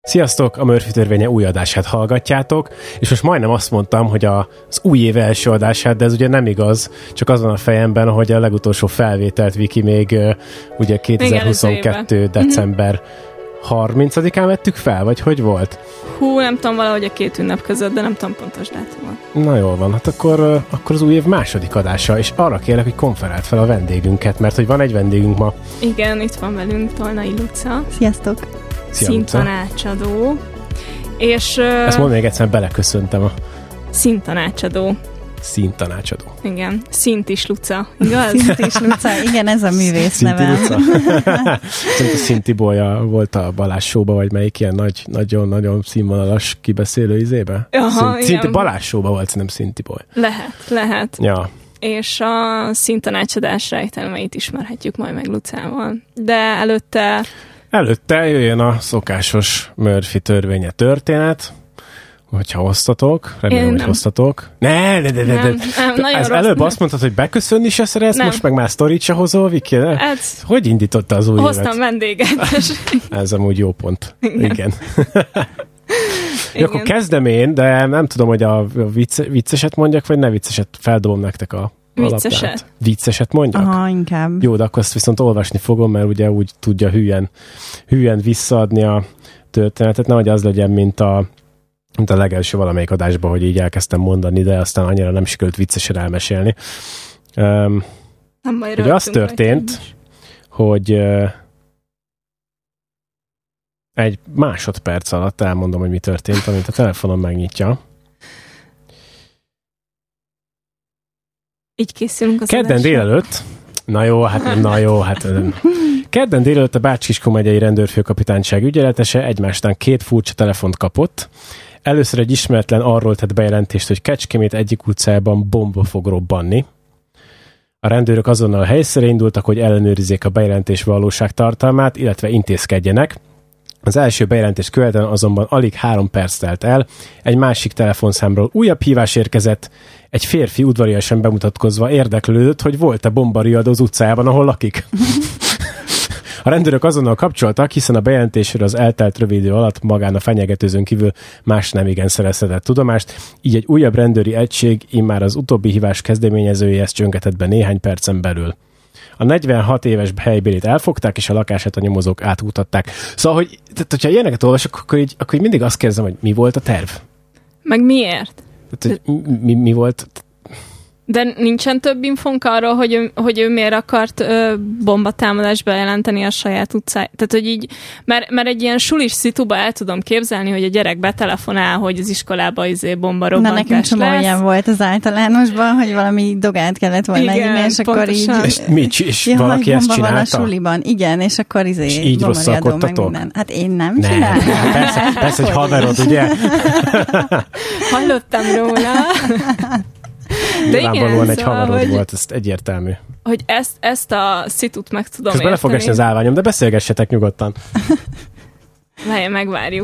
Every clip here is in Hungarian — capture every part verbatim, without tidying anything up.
Sziasztok! A Murphy törvénye új adását hallgatjátok, és most majdnem azt mondtam, hogy az új év első adását, de ez ugye nem igaz, csak az van a fejemben, hogy a legutolsó felvételt Viki még uh, ugye kétezer-huszonkettő december harmincadikán vettük fel, vagy hogy volt? Hú, nem tudom, valahogy a két ünnep között, de nem tudom pontos dátumot. Na jól van, hát akkor, uh, akkor az új év második adása, és arra kérlek, hogy konferált fel a vendégünket, mert hogy van egy vendégünk ma. Igen, itt van velünk Tolnai Luca. Sziasztok! Szinttanácsadó. És... Uh, Ezt mondd még egyszer, beleköszöntem a... Szinttanácsadó. Szinttanácsadó. Igen. Szint is Luca, igaz? Szint is Luca, igen, ez a művész nevem. Szerintem a Szintibolya volt a Balázs Show-ba, vagy melyik ilyen nagy, nagyon-nagyon színvonalas kibeszélő izébe? Aha, Szinti Balázs Show-ba volt, nem Szintibolya. Lehet, lehet. Ja. És a szinttanácsadás rejtelmeit ismerhetjük majd meg Lucával. De előtte... Előtte jöjjön a szokásos Murphy törvénye történet, hogyha hoztatok, remélem, Én hogy nem. hoztatok. Ne, ne, ne, ne, Nem, nem, de nagyon ez rossz, előbb nem. azt mondtad, hogy beköszönni se szeretsz, Nem. most meg már sztorit se hozol, Viki? Hát, Hogy indította az új hoztam évet? vendéget. Ez amúgy jó pont. Igen. Igen. Igen. Akkor kezdem én, de nem tudom, hogy a vicce, vicceset mondjak, vagy ne vicceset, feldobom nektek a Vicceset? alapját. Vicceset mondjak? Aha, inkább. Jó, de akkor azt viszont olvasni fogom, mert ugye úgy tudja hülyen, hülyen visszaadni a történetet, nehogy az legyen, mint a, mint a legelső valamelyik adásban, hogy így elkezdtem mondani, de aztán annyira nem sikerült viccesen elmesélni. Um, Nem baj, ugye az rögtünk történt, rajta is. hogy uh, egy másodperc alatt elmondom, hogy mi történt, amint a telefonom megnyitja. Így készülünk az Kedden adásra. délelőtt, na jó, hát na jó, hát kedden délelőtt a Bács-Kiskun megyei rendőrfőkapitányság ügyeletese egymástán két furcsa telefont kapott. Először egy ismeretlen arról tett bejelentést, hogy Kecskemét egyik utcában bomba fog robbanni. A rendőrök azonnal a helyszínre indultak, hogy ellenőrizzék a bejelentés valóság tartalmát, illetve intézkedjenek. Az első bejelentést követően azonban alig három perc telt el, egy másik telefonszámról újabb hívás érkezett, egy férfi udvariasan bemutatkozva érdeklődött, hogy volt-e bombariadó az utcájában, ahol lakik. A rendőrök azonnal kapcsoltak, hiszen a bejelentésről az eltelt rövid idő alatt magán a fenyegetőzőn kívül más nem igen szerezhetett tudomást, így egy újabb rendőri egység immár az utóbbi hívás kezdeményezőjéhez csöngetett be néhány percen belül. A negyvenhat éves helybélit elfogták, és a lakását a nyomozók átkutatták. Szóval, hogy, tehát, hogyha ilyeneket olvasok, akkor így, akkor így mindig azt kérdezem, hogy mi volt a terv? Meg miért? Tehát, hogy mi, mi volt? De nincsen több infónk arról, hogy ő, hogy ő miért akart ö, bombatámadást bejelenteni a saját utcáját. Tehát, hogy így, mert, mert egy ilyen sulis szituba el tudom képzelni, hogy a gyerek betelefonál, hogy az iskolába izé bombarobbantás Na, nekünk csomó lesz. olyan volt az általánosban, hogy valami dogát kellett volna Igen, írni, és akkor így... pontosan. És, mi, és Ja, valaki ezt bomba van a csinálta? suliban. Igen, és akkor izé... És így bombariadó, meg rosszalkodtatok? minden. Hát én nem Nem, csináltam. persze, persze, hogy haverod, ugye? Hallottam róla. De Nyilvánvalóan igen, egy szóval, haverod hogy, volt, ez egyértelmű. hogy ezt, ezt a szitut meg tudom Közben le fog esni az állványom, de beszélgessetek nyugodtan. Várj, megvárjuk.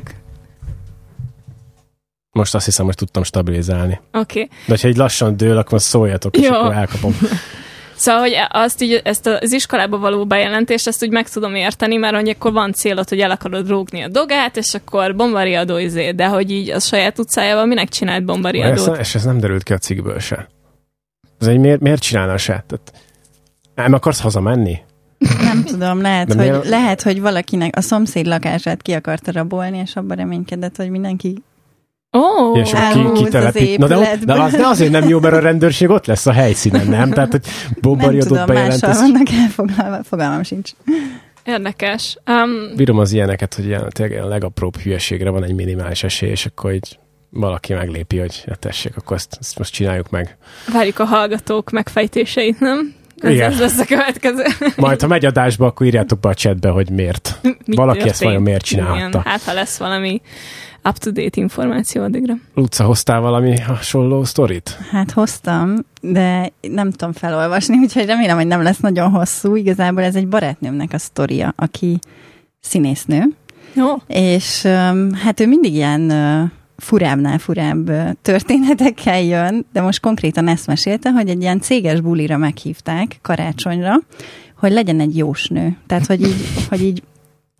Most azt hiszem, hogy tudtam stabilizálni. Oké. Okay. De hogyha így lassan dől, akkor szóljatok, és Jó. akkor elkapom. Szóval, hogy azt így, ezt az iskolába való bejelentést, ezt úgy meg tudom érteni, mert hogy akkor van célod, hogy el akarod rúgni a dogát, és akkor bombariadó izé, de hogy így a saját utcájában minek csinált bombariadót? És ez nem derült ki a cikkből se. Ez egy miért, miért csinálna se? Tehát, nem akarsz hazamenni? Nem tudom, lehet De hogy, miért- lehet, hogy valakinek a szomszéd lakását ki akarta rabolni, és abban reménykedett, hogy mindenki... Ó, oh, És akkor Elhúz ki, az kitelepít. Na de, ott, de, az, de azért nem jó, mert a rendőrség ott lesz a helyszínen, nem? Tehát, hogy Nem bombariadót tudom, mással bejelentesz. vannak elfoglalva, fogalmam sincs. érdekes. Um, Bírom az ilyeneket, hogy ilyen, tényleg a legapróbb hülyeségre van egy minimális esély, és akkor így valaki meglépi, hogy ja, tessék, akkor ezt, ezt most csináljuk meg. várjuk a hallgatók megfejtéseit, nem? Ez, Igen. ez lesz a következő. Majd, ha megy adásba, akkor írjátok be a chatbe, hogy miért. Mi Valaki történt? ezt vajon miért csinálta? Igen, hát, ha lesz valami up-to-date információ addigra. Luca, hoztál valami hasonló sztorit? Hát hoztam, de nem tudom felolvasni, úgyhogy remélem, hogy nem lesz nagyon hosszú. Igazából ez egy barátnőmnek a sztoria, aki színésznő, Jó. és um, hát ő mindig ilyen uh, furábbnál furább uh, történetekkel jön, de most konkrétan ezt mesélte, hogy egy ilyen céges bulira meghívták karácsonyra, hogy legyen egy jósnő. Tehát, hogy így, hogy így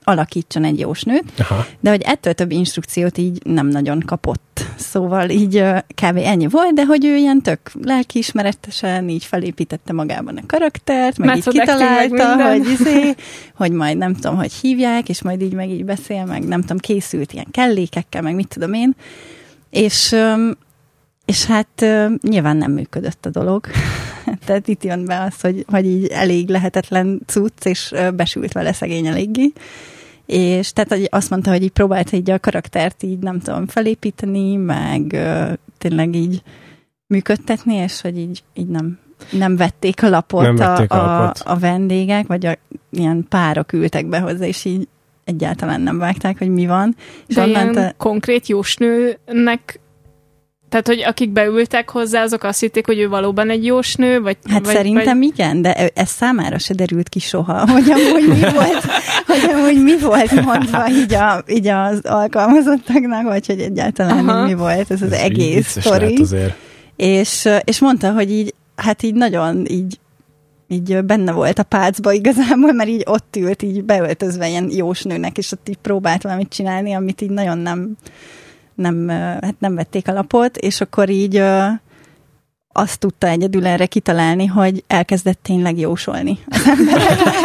alakítson egy jósnőt, aha. De hogy ettől több instrukciót így nem nagyon kapott. Szóval így kb. Ennyi volt, de hogy ő ilyen tök lelkiismeretesen így felépítette magában a karaktert, meg így kitalálta, meg hogy, izé, hogy majd nem tudom, hogy hívják, és majd így meg így beszél, meg nem tudom, készült ilyen kellékekkel, meg mit tudom én. És, és hát nyilván nem működött a dolog. Tehát itt jön be az, hogy, hogy így elég lehetetlen cucc, és besült vele szegény eléggé. És tehát azt mondta, hogy így próbálta így a karaktert így nem tudom felépíteni, meg uh, tényleg így működtetni, és hogy így, így nem, nem vették a lapot, nem vették a, a, lapot. a vendégek, vagy a, ilyen párok ültek be hozzá, és így egyáltalán nem vágták, hogy mi van. És de ilyen a... konkrét jósnőnek, tehát, hogy akik beültek hozzá, azok azt hitték, hogy ő valóban egy jósnő, vagy... Hát vagy, szerintem vagy... igen, de ez számára se derült ki soha, hogy amúgy mi volt, hogy amúgy mi volt mondva így, a, így az alkalmazottaknak, vagy hogy egyáltalán mi volt ez az ez egész sztori. És, és mondta, hogy így, hát így nagyon így, így benne volt a pácba igazából, mert így ott ült, így beöltözve ilyen jósnőnek, és ott így próbált valamit csinálni, amit így nagyon nem... Nem, hát nem vették a lapot, és akkor így ö, azt tudta egyedül erre kitalálni, hogy elkezdett tényleg jósolni az embereknek.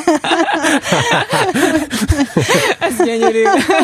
Ez gyönyörű.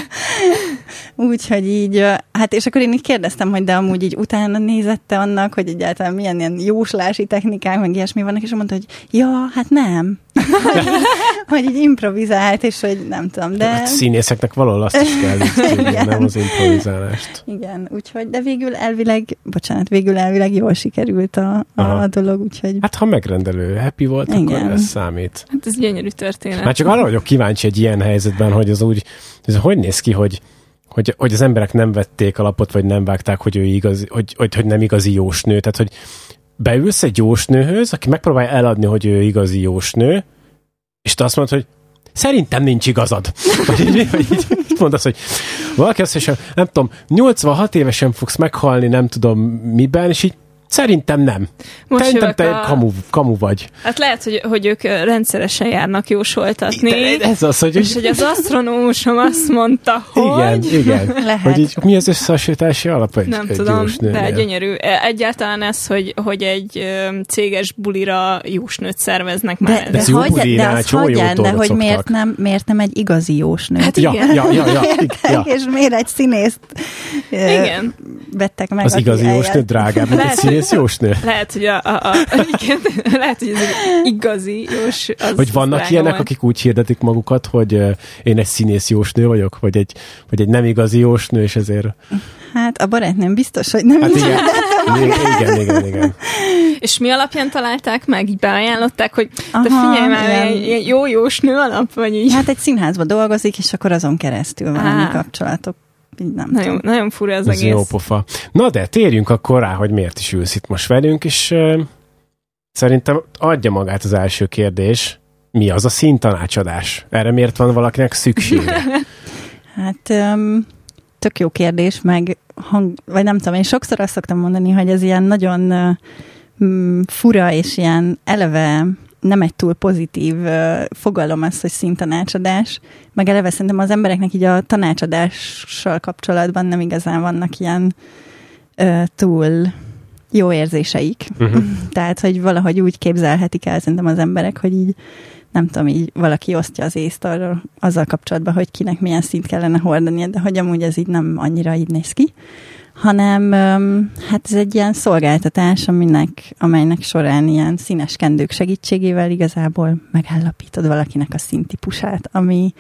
Úgyhogy így, hát és akkor én így kérdeztem, hogy de amúgy így utána nézette annak, hogy egyáltalán milyen ilyen jóslási technikák, meg ilyesmi vannak, és mondta, hogy ja, hát nem. hogy, így, hogy így improvizált, és hogy nem tudom, de... Hát színészeknek valahol azt is kell tudni, nem az improvizálást. Igen, úgyhogy, de végül elvileg, bocsánat, végül elvileg jól sikerült a, a, a dolog, úgyhogy... Hát ha megrendelő happy volt, igen. Akkor ez számít. Hát ez gyönyörű történet. Már csak arra vagyok kíváncsi egy ilyen helyzetben, hogy az úgy, ez hogy néz ki, hogy Hogy, hogy az emberek nem vették a lapot, vagy nem vágták, hogy ő igazi, hogy, hogy, hogy nem igazi jósnő. Tehát, hogy beülsz egy jósnőhöz, aki megpróbálja eladni, hogy ő igazi jósnő, és te azt mondod, hogy szerintem nincs igazad. Vagy így, vagy így mondasz, hogy valaki azt mondja, nem tudom, nyolcvanhat évesen fogsz meghalni, nem tudom miben, és így szerintem nem. Most Szerintem te a... kamu, kamu vagy. Hát lehet, hogy, hogy ők rendszeresen járnak jósoltatni. De ez az, hogy... És hogy az asztronómusom azt mondta, hogy... Igen, igen. Lehet. Hogy így, mi az összehasonlítási alap egy, Nem egy tudom, jósnőnél? de gyönyörű. Egyáltalán ez, hogy, hogy egy céges bulira jósnőt szerveznek már. De, de, de, hagyj, de azt hagyján, de hogy miért nem, miért nem egy igazi jósnő? Hát ja, igen. Ja, ja, ja, ja. És miért egy színészt igen. vettek meg? Az igazi jósnő drágább, mint egy színész jósnő? Lehet, hogy a, a, a, igen, lehet, hogy ez egy igazi jós... Az, hogy vannak ilyenek, akik úgy hirdetik magukat, hogy uh, én egy színész jósnő vagyok, vagy egy, vagy egy nem igazi jósnő, és ezért... Hát a barátnőm biztos, hogy nem hát igen. igen, igen, igen. És mi alapján találták meg? Így beajánlották, hogy aha, te figyelj már, ilyen jó jósnő alap, vagy így? Hát egy színházban dolgozik, és akkor azon keresztül valami kapcsolatok. Nem nagyon, nagyon fura az ez egész. Jó pofa. Na de térjünk akkor rá, hogy miért is ülsz itt most velünk, és uh, szerintem adja magát az első kérdés. Mi az a színtanácsadás? Erre miért van valakinek szüksége? Hát um, tök jó kérdés, meg hang, vagy nem tudom, én sokszor azt szoktam mondani, hogy ez ilyen nagyon uh, fura, és ilyen eleve nem egy túl pozitív uh, fogalom az, hogy színtanácsadás, meg eleve szerintem az embereknek így a tanácsadással kapcsolatban nem igazán vannak ilyen uh, túl jó érzéseik. Uh-huh. Tehát, hogy valahogy úgy képzelhetik el szerintem az emberek, hogy így nem tudom, így valaki osztja az észt arra, azzal kapcsolatban, hogy kinek milyen színt kellene hordania, de hogy amúgy ez így nem annyira így néz ki, hanem hát ez egy ilyen szolgáltatás, aminek, amelynek során ilyen színes kendők segítségével igazából megállapítod valakinek a színtípusát, ami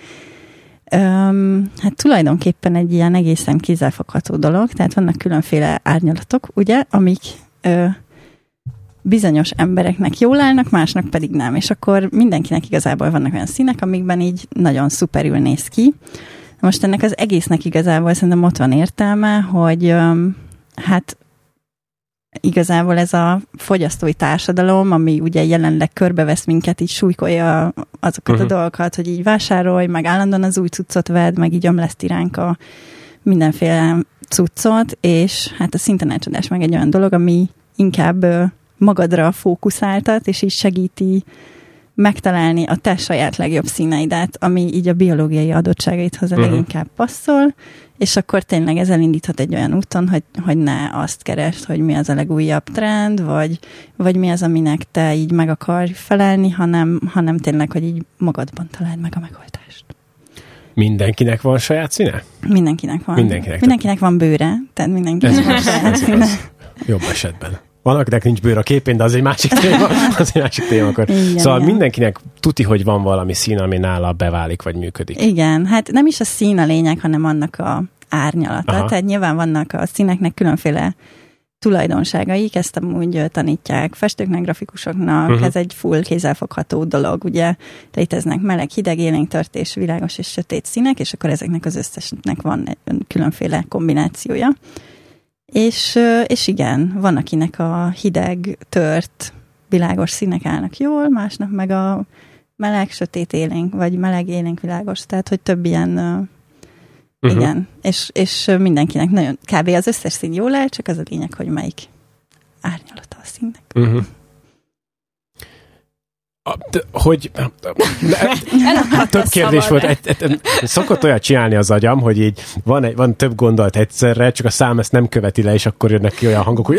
um, hát tulajdonképpen egy ilyen egészen kézzelfogható dolog, tehát vannak különféle árnyalatok, ugye, amik ö, bizonyos embereknek jól állnak, másnak pedig nem, és akkor mindenkinek igazából vannak olyan színek, amikben így nagyon szuperül néz ki. Most ennek az egésznek igazából szerintem ott van értelme, hogy um, hát igazából ez a fogyasztói társadalom, ami ugye jelenleg körbevesz minket, így súlykolja azokat uh-huh. a dolgokat, hogy így vásárolj, meg állandóan az új cuccot vedd, meg így ömleszti ránk a mindenféle cuccot, és hát a színtanácsadás meg egy olyan dolog, ami inkább magadra fókuszáltat, és így segíti megtalálni a te saját legjobb színeidet, ami így a biológiai adottságaidhoz a Uh-huh. leginkább passzol, és akkor tényleg ez elindíthat egy olyan úton, hogy, hogy ne azt keresd, hogy mi az a legújabb trend, vagy, vagy mi az, aminek te így meg akarj felelni, hanem, hanem tényleg, hogy így magadban találd meg a megoldást. Mindenkinek van saját színe? Mindenkinek van. Mindenkinek. Mindenkinek van bőre, tehát mindenkinek Ez van igaz, saját ez színe. igaz. Jobb esetben. Van, akinek nincs bőr a képén, de az egy másik téma. Az egy másik téma akkor. Igen, szóval igen. mindenkinek tuti, hogy van valami szín, ami nála beválik, vagy működik. Igen, hát nem is a szín a lényeg, hanem annak a árnyalata. Aha. Tehát nyilván vannak a színeknek különféle tulajdonságaik, ezt amúgy tanítják festőknek, grafikusoknak, Uh-huh. ez egy full kézzelfogható dolog, ugye léteznek meleg, hideg, élénk, tört és világos és sötét színek, és akkor ezeknek az összesnek van egy különféle kombinációja. És, és igen, van akinek a hideg, tört, világos színek állnak jól, másnak meg a meleg, sötét, élénk, vagy meleg, élénk, világos, tehát hogy több ilyen Uh-huh. igen, és, és mindenkinek nagyon, kb. Az összes szín jól áll, csak az a lényeg, hogy melyik árnyalata a színnek. Uh-huh. A, de, hogy de, több kérdés volt. Egy, egy, egy, szokott olyat csinálni az agyam, hogy így van, egy, van több gondolat egyszerre, csak a szám ezt nem követi le, és akkor jönnek ki olyan hangok, hogy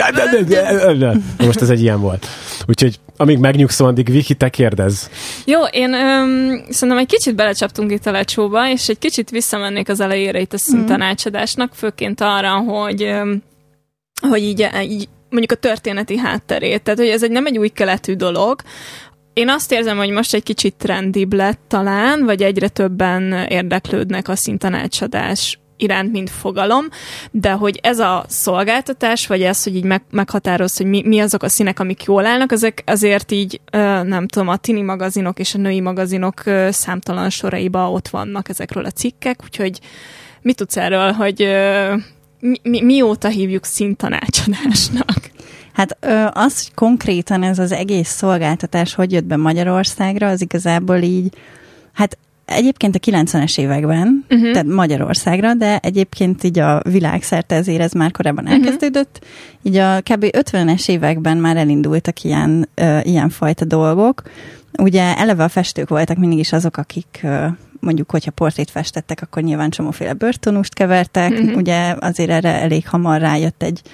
most ez egy ilyen volt. Úgyhogy amíg megnyugszom, addig Viki, te kérdezz. Jó, én öm, szerintem egy kicsit belecsaptunk itt a lecsóba, és egy kicsit visszamennék az elejére itt a színtanácsadásnak, főként arra, hogy, öm, hogy így, így mondjuk a történeti hátterét. Tehát, hogy ez egy nem egy új keletű dolog. Én azt érzem, hogy most egy kicsit trendibb lett talán, vagy egyre többen érdeklődnek a színtanácsadás iránt, mint fogalom, de hogy ez a szolgáltatás, vagy ez, hogy így meg, meghatároz, hogy mi, mi azok a színek, amik jól állnak, ezek azért így, nem tudom, a tini magazinok és a női magazinok számtalan soraiba ott vannak ezekről a cikkek, úgyhogy mit tudsz erről, hogy mi, mi, mióta hívjuk színtanácsadásnak? Hát az, hogy konkrétan ez az egész szolgáltatás hogy jött be Magyarországra, az igazából így, hát egyébként a kilencvenes években, uh-huh. tehát Magyarországra, de egyébként így a világszerte ezért ez már korábban elkezdődött. Uh-huh. Így a kb. ötvenes években már elindultak ilyen, uh, ilyen fajta dolgok. Ugye eleve a festők voltak mindig is azok, akik uh, mondjuk, hogyha portrét festettek, akkor nyilván csomóféle bőrtonust kevertek. Uh-huh. Ugye azért erre elég hamar rájött egy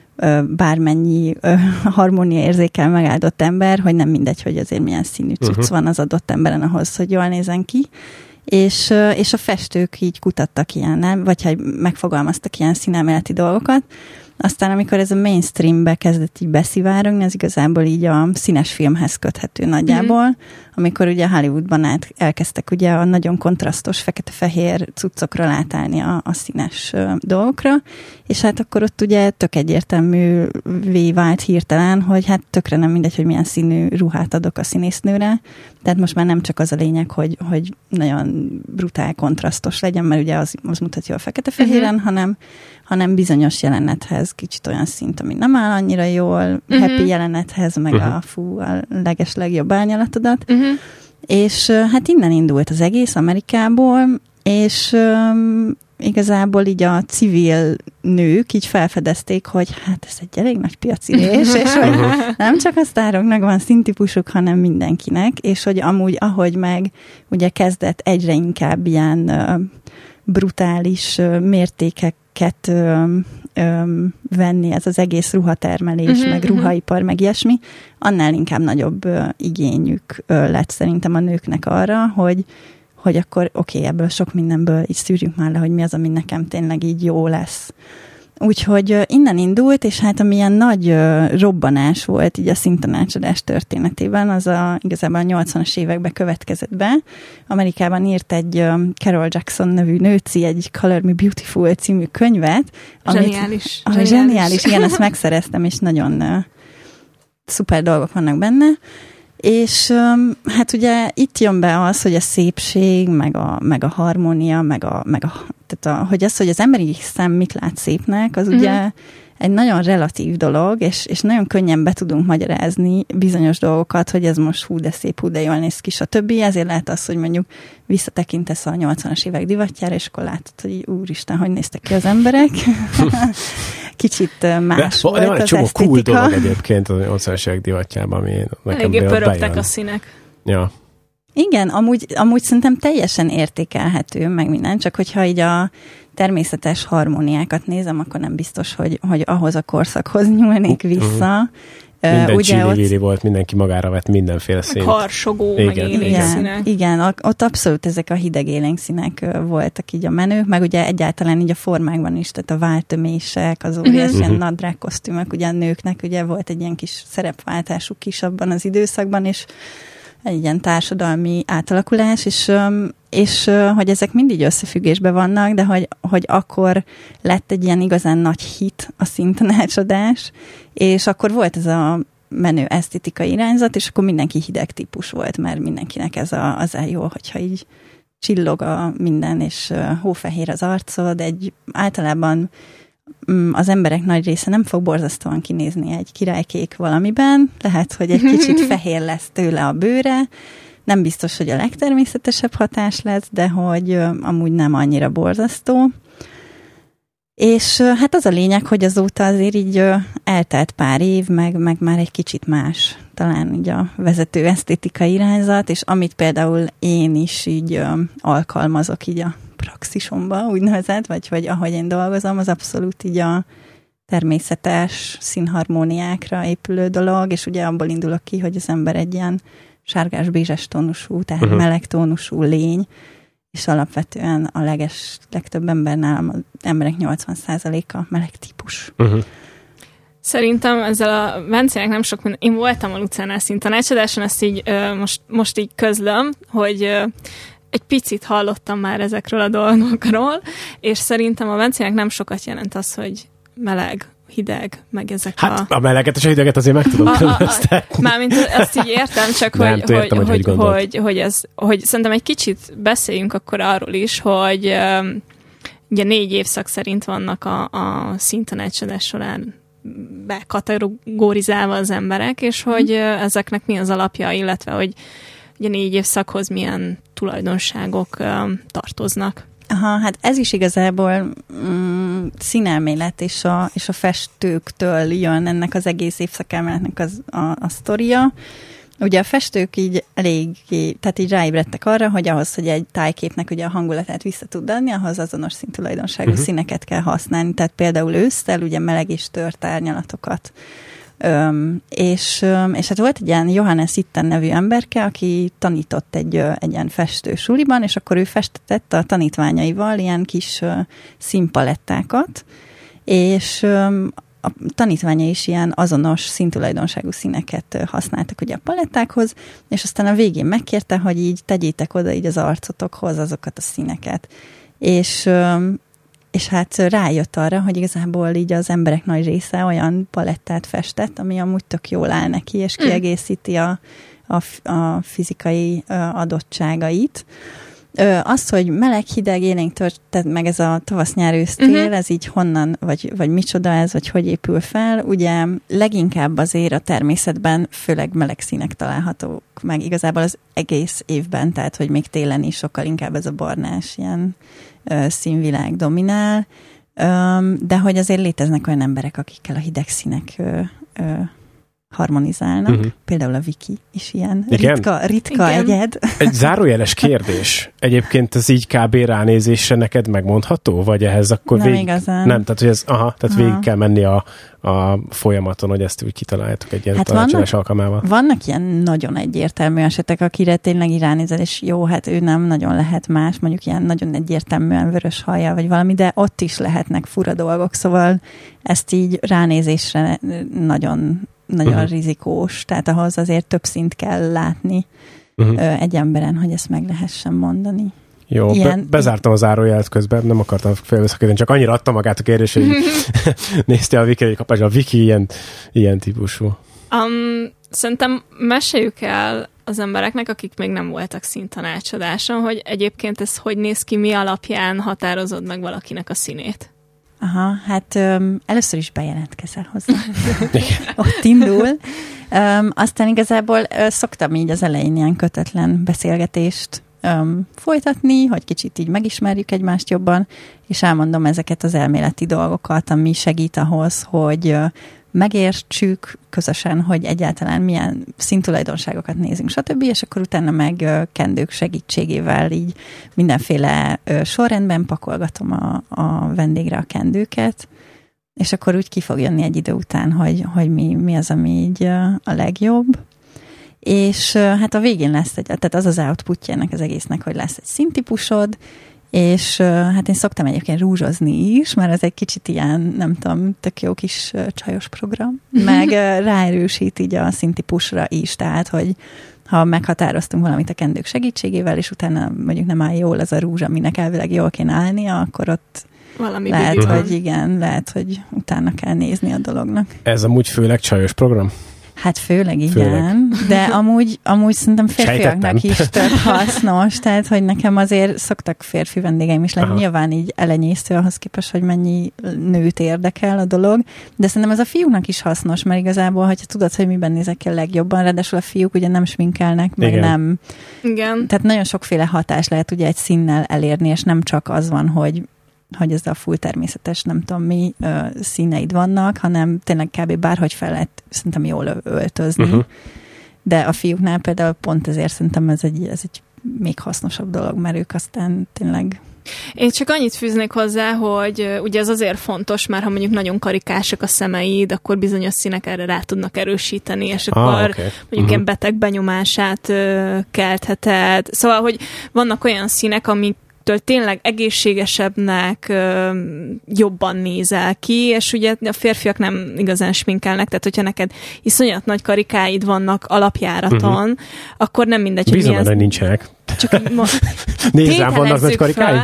bármennyi harmóniaérzékkel megáldott ember, hogy nem mindegy, hogy azért milyen színű cucc uh-huh. van az adott emberen ahhoz, hogy jól nézen ki. És, és a festők így kutattak ilyen, vagy hogy megfogalmaztak ilyen színelméleti dolgokat. Aztán, amikor ez a mainstreambe kezdett így beszivárogni, az igazából így a színes filmhez köthető nagyjából, mm-hmm. amikor ugye Hollywoodban át elkezdtek ugye a nagyon kontrasztos fekete-fehér cuccokról átállni a, a színes uh, dolgokra, és hát akkor ott ugye tök egyértelművé vált hirtelen, hogy hát tökre nem mindegy, hogy milyen színű ruhát adok a színésznőre, tehát most már nem csak az a lényeg, hogy, hogy nagyon brutál kontrasztos legyen, mert ugye az, az mutatja a fekete-fehéren, uh-huh. hanem, hanem bizonyos jelenethez kicsit olyan szint, ami nem áll annyira jól, uh-huh. happy jelenethez, meg uh-huh. a fú, a leges legjobb árnyalatodat. Uh-huh. És hát innen indult az egész Amerikából, és um, igazából így a civil nők így felfedezték, hogy hát ez egy elég nagy piacirés, és hogy nem csak a sztároknak van színtípusuk, hanem mindenkinek, és hogy amúgy, ahogy meg ugye kezdett egyre inkább ilyen uh, brutális uh, mértékeket uh, um, venni ez az egész ruhatermelés, uh-huh, meg ruhaipar, meg ilyesmi, annál inkább nagyobb uh, igényük uh, lett szerintem a nőknek arra, hogy hogy akkor oké, okay, ebből sok mindenből így szűrjük már le, hogy mi az, ami nekem tényleg így jó lesz. Úgyhogy uh, innen indult, és hát amilyen nagy uh, robbanás volt így a színtanácsadás történetében, az a, igazából a nyolcvanas években következett be. Amerikában írt egy uh, Carol Jackson nevű nőci, egy Color Me Beautiful című könyvet. Zseniális. Amit, zseniális. zseniális. Igen, ezt megszereztem, és nagyon uh, szuper dolgok vannak benne. És um, hát ugye itt jön be az, hogy a szépség, meg a, meg a harmónia, meg a, meg a, tehát a, hogy az, hogy az emberi szem mit lát szépnek, az mm-hmm. ugye egy nagyon relatív dolog, és, és nagyon könnyen be tudunk magyarázni bizonyos dolgokat, hogy ez most hú de szép, hú de jól néz ki, stb. Ezért lehet az, hogy mondjuk visszatekintesz a nyolcvanas évek divatjára, és akkor látod, hogy úristen, hogy néztek ki az emberek. Kicsit más de, volt de van egy az csomó esztétika. cool dolog egyébként a nyolcvanas évek divatjában, ami nekem eléggé pörögtek bejön. a színek. Ja. Igen, amúgy, amúgy szerintem teljesen értékelhető, meg minden, csak hogyha így a természetes harmóniákat nézem, akkor nem biztos, hogy, hogy ahhoz a korszakhoz nyúlnék vissza. Minden csili-vili volt, mindenki magára vett mindenféle színt. Harsogó, meg élénk színek. Igen, ott abszolút ezek a hideg élénk színek voltak így a menők, meg ugye egyáltalán így a formákban is, tehát a váltömések, az óriás uh-huh. ilyen nadrág kosztümök, ugye a nőknek ugye volt egy ilyen kis szerepváltásuk is abban az időszakban, és egy ilyen társadalmi átalakulás, és, és hogy ezek mindig összefüggésben vannak, de hogy, hogy akkor lett egy ilyen igazán nagy hit a színtanácsadás, és akkor volt ez a menő esztétikai irányzat, és akkor mindenki hideg típus volt, mert mindenkinek ez a, az el jó, hogyha így csillog a minden, és hófehér az arcod, egy általában az emberek nagy része nem fog borzasztóan kinézni egy királykék valamiben, lehet, hogy egy kicsit fehér lesz tőle a bőre, nem biztos, hogy a legtermészetesebb hatás lesz, de hogy amúgy nem annyira borzasztó. És hát az a lényeg, hogy azóta azért így eltelt pár év, meg, meg már egy kicsit más talán így a vezető esztétikai irányzat, és amit például én is így alkalmazok így a praxisomba, úgynevezett, vagy hogy ahogy én dolgozom, az abszolút így a természetes színharmóniákra épülő dolog, és ugye abból indulok ki, hogy az ember egy ilyen sárgás-bézses tónusú, tehát uh-huh. meleg tónusú lény, és alapvetően a leges, legtöbb embernál az emberek nyolcvan százaléka meleg típus. Uh-huh. Szerintem ezzel a Bencének nem sok minden... Én voltam a Lucánál színtanácsadáson, ezt így ö, most, most így közlöm, hogy ö, egy picit hallottam már ezekről a dolgokról, és szerintem a Bencének nem sokat jelent az, hogy meleg, hideg, meg ezek hát, a... a meleget és a hideget azért meg tudom különböztetni. Mármint ezt így értem, csak nem, hogy, értem, hogy, hogy, hogy, hogy, hogy, ez, hogy szerintem egy kicsit beszéljünk akkor arról is, hogy um, ugye négy évszak szerint vannak a, a színtanácsadás során bekategorizálva az emberek, és hogy uh, ezeknek mi az alapja, illetve hogy ugye négy évszakhoz milyen tulajdonságok um, tartoznak. Aha, hát ez is igazából mm, színelmélet és a, és a festőktől jön ennek az egész évszakelméletnek az, a, a sztoria. Ugye a festők így eléggé, tehát így ráébredtek arra, hogy ahhoz, hogy egy tájképnek ugye a hangulatát vissza tud adni, ahhoz azonos színtulajdonságú uh-huh. színeket kell használni. Tehát például ősszel ugye meleg és tört árnyalatokat. Öm, és, öm, és hát volt egy ilyen Johannes Itten nevű emberke, aki tanított egy, egy ilyen festő suliban, és akkor ő festetett a tanítványaival ilyen kis ö, színpalettákat, és öm, a tanítványai is ilyen azonos színtulajdonságú színeket használtak ugye a palettákhoz, és aztán a végén megkérte, hogy így tegyétek oda így az arcotokhoz azokat a színeket. És öm, és hát rájött arra, hogy igazából így az emberek nagy része olyan palettát festett, ami amúgy tök jól áll neki, és kiegészíti a, a, a fizikai adottságait. Az, hogy meleg, hideg, élénk tört, meg ez a tavasz-nyár-ősz-tél, uh-huh. ez így honnan, vagy, vagy micsoda ez, vagy hogy épül fel. Ugye leginkább azért a természetben főleg meleg színek találhatók meg igazából az egész évben, tehát hogy még télen is sokkal inkább ez a barnás ilyen ö, színvilág dominál, ö, de hogy azért léteznek olyan emberek, akikkel a hideg színek ö, ö, harmonizálnak. Uh-huh. Például a Viki is ilyen Igen? ritka, ritka egyed. Egy zárójeles kérdés. Egyébként ez így kb. Ránézésre neked megmondható? Vagy ehhez akkor nem végig... igazán. Nem, tehát, hogy ez, aha, tehát aha. végig kell menni a, a folyamaton, hogy ezt úgy kitaláljátok egy ilyen hát tanácsadás alkalmával. Vannak ilyen nagyon egyértelmű esetek, akire tényleg így ránézel, és jó, hát ő nem nagyon lehet más, mondjuk ilyen nagyon egyértelműen vörös hajjal, vagy valami, de ott is lehetnek fura dolgok, szóval ezt így ránézésre nagyon nagyon uh-huh. rizikós, tehát ahhoz azért több szint kell látni uh-huh. egy emberen, hogy ezt meg lehessen mondani. Jó, Ilyen... be, bezártam az zárójelet közben, nem akartam félbeszakítani, csak annyira adta magát a kérdés, hogy nézte a Viki, hogy kapás, a Viki ilyen, ilyen típusú. Um, szerintem meséljük el az embereknek, akik még nem voltak színtanácsadáson, hogy egyébként ez hogy néz ki, mi alapján határozod meg valakinek a színét? Aha, hát um, először is bejelentkezel hozzá. Ott indul. Um, aztán igazából uh, szoktam így az elején ilyen kötetlen beszélgetést um, folytatni, hogy kicsit így megismerjük egymást jobban, és elmondom ezeket az elméleti dolgokat, ami segít ahhoz, hogy uh, megértsük közösen, hogy egyáltalán milyen színtulajdonságokat nézünk, stb., és akkor utána meg kendők segítségével így mindenféle sorrendben pakolgatom a, a vendégre a kendőket, és akkor úgy ki fog jönni egy idő után, hogy, hogy mi, mi az, ami így a legjobb. És hát a végén lesz egy, tehát az az outputja ennek az egésznek, hogy lesz egy színtípusod, és hát én szoktam egyébként rúzsozni is, mert ez egy kicsit ilyen, nem tudom, tök jó kis csajos program, meg ráerősít így a színtípusra is, tehát, hogy ha meghatároztunk valamit a kendők segítségével, és utána mondjuk nem áll jól az a rúzs, aminek elvileg jól kéne állnia, akkor ott valami lehet, bibi hogy igen, lehet, hogy utána kell nézni a dolognak. Ez amúgy főleg csajos program? Hát főleg igen, főleg. De amúgy, amúgy szerintem férfiaknak is tök hasznos, tehát hogy nekem azért szoktak férfi vendégeim is lenni, aha, nyilván így elenyésző ahhoz képest, hogy mennyi nőt érdekel a dolog, de szerintem ez a fiúknak is hasznos, mert igazából, hogyha tudod, hogy miben nézek ki a legjobban, ráadásul a fiúk ugye nem sminkelnek, meg igen. nem. Igen. Tehát nagyon sokféle hatás lehet ugye egy színnel elérni, és nem csak az van, hogy hogy ez a full természetes, nem tudom mi ö, színeid vannak, hanem tényleg kb. Bárhogy fel lehet szerintem jól öltözni. Uh-huh. De a fiúknál például pont ezért szerintem ez egy, ez egy még hasznosabb dolog, mert ők aztán tényleg... Én csak annyit fűznék hozzá, hogy ugye ez azért fontos, mert ha mondjuk nagyon karikásak a szemeid, akkor bizonyos színek erre rá tudnak erősíteni, és akkor ah, okay. mondjuk uh-huh. ilyen beteg benyomását ö, keltheted. Szóval, hogy vannak olyan színek, amik től tényleg egészségesebbnek, ö, jobban nézel ki, és ugye a férfiak nem igazán sminkelnek, tehát hogyha neked iszonyat nagy karikáid vannak alapjáraton, uh-huh. akkor nem mindegy, hogy Bízom, milyen... hogy nincsenek. Csak mo- Nézzám, vannak nagy karikáid?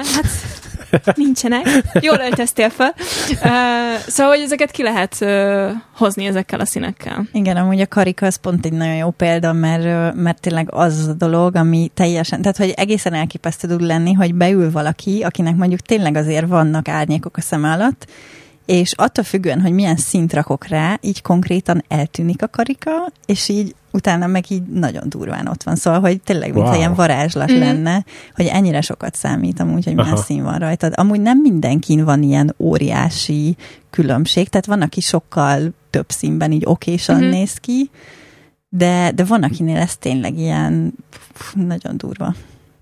Hát nincsenek. Jól öltöztél fel. Uh, szóval, hogy ezeket ki lehet uh, hozni ezekkel a színekkel. Igen, amúgy a karika az pont egy nagyon jó példa, mert, mert tényleg az a dolog, ami teljesen, tehát hogy egészen elképesztő tud lenni, hogy beül valaki, akinek mondjuk tényleg azért vannak árnyékok a szeme alatt, és attól függően, hogy milyen szint rakok rá, így konkrétan eltűnik a karika, és így utána meg így nagyon durván ott van. Szóval, hogy tényleg, mintha wow. ilyen varázslat mm. lenne, hogy ennyire sokat számít amúgy, hogy milyen aha. szín van rajtad. Amúgy nem mindenkin van ilyen óriási különbség, tehát van, aki sokkal több színben így okésan mm-hmm. néz ki, de, de van, akinél ez tényleg ilyen pff, nagyon durva.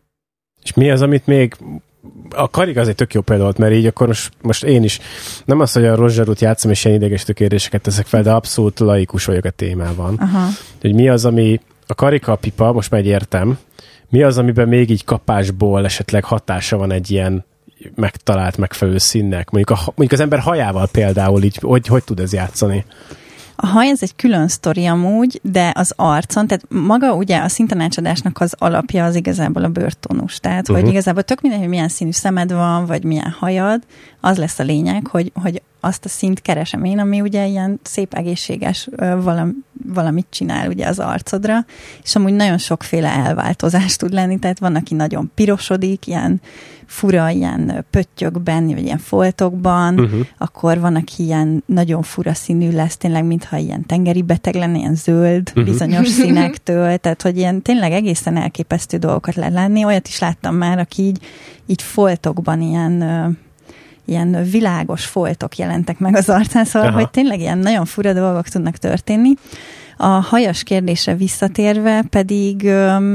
És mi az, amit még a karika az egy tök jó példa volt, mert így akkor most, most én is nem az, hogy a rozsarút játszom, és ilyen idegesítő kérdéseket teszek fel, de abszolút laikus vagyok a témában. Aha. Hogy mi az, ami a karika, a pipa, most már értem, mi az, amiben még így kapásból esetleg hatása van egy ilyen megtalált, megfelelő színnek? Mondjuk, a, mondjuk az ember hajával például így, hogy, hogy tud ez játszani? A haj ez egy külön sztori amúgy, de az arcon, tehát maga ugye a színtanácsadásnak az alapja az igazából a bőrtónus. Tehát, uh-huh. hogy igazából tök mindegy, hogy milyen színű szemed van, vagy milyen hajad, az lesz a lényeg, hogy, hogy azt a színt keresem én, ami ugye ilyen szép, egészséges valami, valamit csinál ugye az arcodra, és amúgy nagyon sokféle elváltozás tud lenni, tehát van, aki nagyon pirosodik, ilyen fura, ilyen pöttyökben, vagy ilyen foltokban, uh-huh. akkor van, aki ilyen nagyon fura színű lesz, tényleg mintha ilyen tengeri beteg lenne, ilyen zöld uh-huh. bizonyos színektől, tehát hogy ilyen tényleg egészen elképesztő dolgokat lehet lenni. Olyat is láttam már, aki így, így foltokban ilyen ilyen világos foltok jelentek meg az arcán, szóval, aha. hogy tényleg ilyen nagyon fura dolgok tudnak történni. A hajas kérdésre visszatérve pedig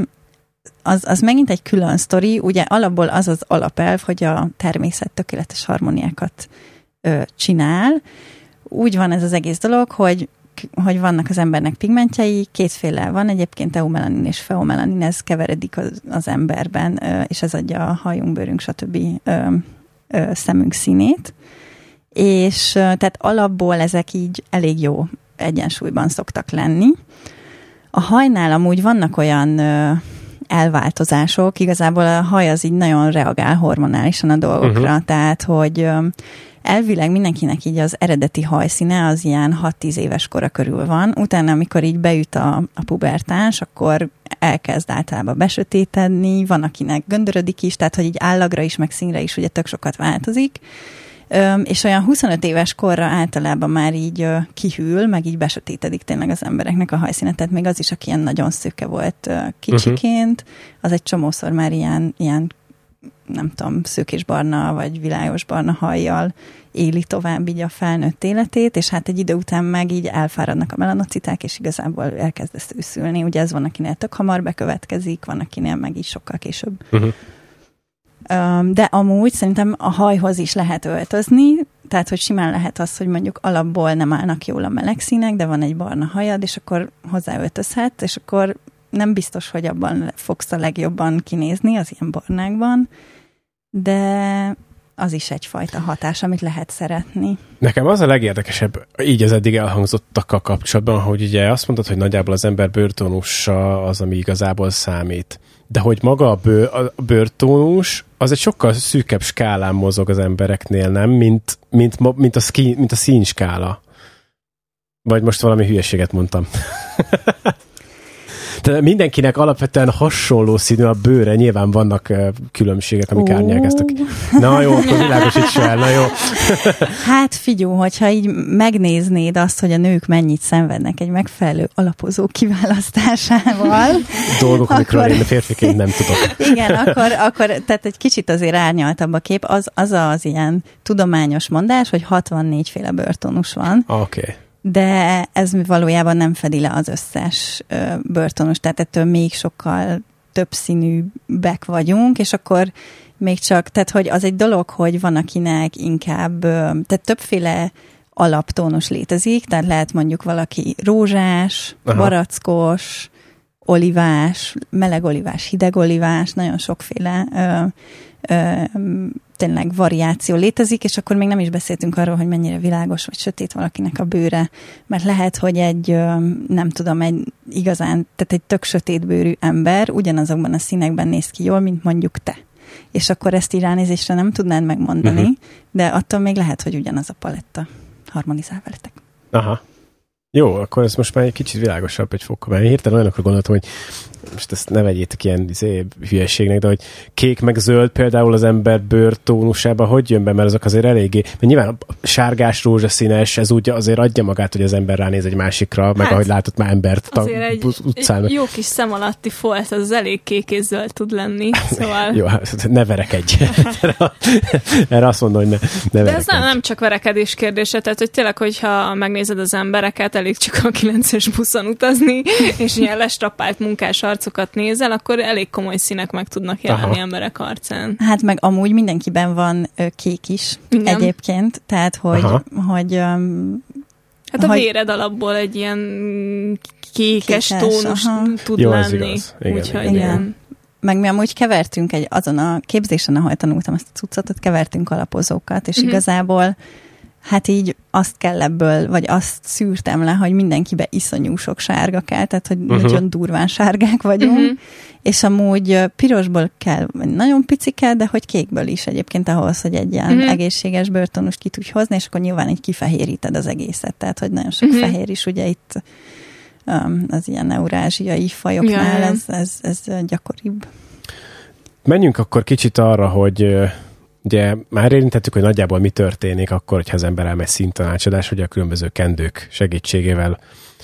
az, az megint egy külön sztori, ugye alapból az az alapelv, hogy a természet tökéletes harmóniákat ö, csinál. Úgy van ez az egész dolog, hogy hogy vannak az embernek pigmentjei, kétféle van, egyébként eumelanin és feomelanin, ez keveredik az, az emberben, és ez adja a hajunk, bőrünk, stb. Szemünk színét, és tehát alapból ezek így elég jó egyensúlyban szoktak lenni. A hajnál amúgy vannak olyan elváltozások, igazából a haj az így nagyon reagál hormonálisan a dolgokra, uh-huh. tehát hogy elvileg mindenkinek így az eredeti hajszíne az ilyen hat-tíz éves kora körül van, utána amikor így beüt a, a pubertáns, akkor elkezd általában besötétedni, van akinek göndörödik is, tehát hogy így állagra is, meg színre is ugye tök sokat változik, Öm, és olyan huszonöt éves korra általában már így ö, kihűl, meg így besötétedik tényleg az embereknek a hajszíne, tehát még az is, aki ilyen nagyon szőke volt ö, kicsiként, uh-huh. az egy csomószor már ilyen, ilyen nem tudom, szőkésbarna vagy világosbarna hajjal éli tovább így a felnőtt életét, és hát egy idő után meg így elfáradnak a melanociták, és igazából elkezd őszülni. Ugye ez van, akinél tök hamar bekövetkezik, van, akinél meg így sokkal később. Uh-huh. De amúgy szerintem a hajhoz is lehet öltözni, tehát, hogy simán lehet az, hogy mondjuk alapból nem állnak jól a meleg színek, de van egy barna hajad, és akkor hozzáöltözhet, és akkor nem biztos, hogy abban fogsz a legjobban kinézni, az ilyen barnákban, de az is egyfajta hatás, amit lehet szeretni. Nekem az a legérdekesebb így az eddig elhangzottakkal kapcsolatban, hogy ugye azt mondtad, hogy nagyjából az ember bőrtónusa az, ami igazából számít. De hogy maga a, bőr, a bőrtónus, az egy sokkal szűkebb skálán mozog az embereknél, nem? Mint, mint, mint, a, szki, mint a színskála. Vagy most valami hülyeséget mondtam. Tehát mindenkinek alapvetően hasonló színű a bőre, nyilván vannak uh, különbségek, amik oh. árnyák ezt a... Na jó, akkor világosíts el, na jó. Hát figyelj, hogyha így megnéznéd azt, hogy a nők mennyit szenvednek egy megfelelő alapozó kiválasztásával. Dolgok, amikről akkor... én a férfiként nem tudok. Igen, akkor, akkor tehát egy kicsit azért árnyaltabb a kép, az az, az ilyen tudományos mondás, hogy hatvannégy féle bőrtónus van. Oké. Okay. De ez valójában nem fedi le az összes ö, bőrtónus, tehát ettől még sokkal többszínűbbek vagyunk, és akkor még csak, tehát hogy az egy dolog, hogy van akinek inkább, ö, tehát többféle alaptónus létezik, tehát lehet mondjuk valaki rózsás, aha, barackos, olivás, meleg olivás, hideg olivás, nagyon sokféle ö, ö, tényleg variáció létezik, és akkor még nem is beszéltünk arról, hogy mennyire világos vagy sötét valakinek a bőre, mert lehet, hogy egy, nem tudom, egy igazán, tehát egy tök sötétbőrű ember ugyanazokban a színekben néz ki jól, mint mondjuk te. És akkor ezt így ránézésre nem tudnád megmondani, uh-huh. de attól még lehet, hogy ugyanaz a paletta harmonizál veletek. Aha. Jó, akkor ez most már egy kicsit világosabb egy fokkal. Én hirtelen olyanokra gondoltam, hogy most ezt ne vegyétek ilyen izé, hülyeségnek, de hogy kék meg zöld például az ember bőrtónusában hogy jön be, mert azok azért eléggé, mert nyilván a sárgás, rózsaszínes, ez úgy azért adja magát, hogy az ember ránéz egy másikra, hát, meg ahogy látott már embert a utcán. Egy jó kis szem alatti folt, az elég kék és zöld tud lenni, szóval... Jó, ne verekedj. Erre azt mondom, hogy ne, ne de ez nem, nem csak verekedés kérdése, tehát hogy tényleg, hogyha megnézed az embereket, elég csak a kilences buszon utazni, és ilyen lestrapált munkás arcokat nézel, akkor elég komoly színek meg tudnak jelenni aha. emberek arcán. Hát meg amúgy mindenkiben van ö, kék is igen. egyébként, tehát hogy, hogy um, hát a hogy, véred alapból egy ilyen kékes, kékes tónus aha. tud jó, lenni. Igen, úgyhogy igen. igen. Meg mi amúgy kevertünk egy, azon a képzésen, ahol tanultam ezt a cuccatot, kevertünk alapozókat, és uh-huh. igazából hát így azt kell ebből, vagy azt szűrtem le, hogy mindenkibe iszonyú sok sárga kell, tehát hogy uh-huh. nagyon durván sárgák vagyunk, uh-huh. és amúgy pirosból kell, nagyon pici kell, de hogy kékből is egyébként ahhoz, hogy egy ilyen uh-huh. egészséges bőrtónust ki tudj hozni, és akkor nyilván így kifehéríted az egészet, tehát hogy nagyon sok uh-huh. fehér is, ugye itt um, az ilyen eurázsiai fajoknál ja. ez, ez, ez gyakoribb. Menjünk akkor kicsit arra, hogy ugye már érintettük, hogy nagyjából mi történik akkor, hogyha az ember elmegy színtanácsadás, hogy a különböző kendők segítségével.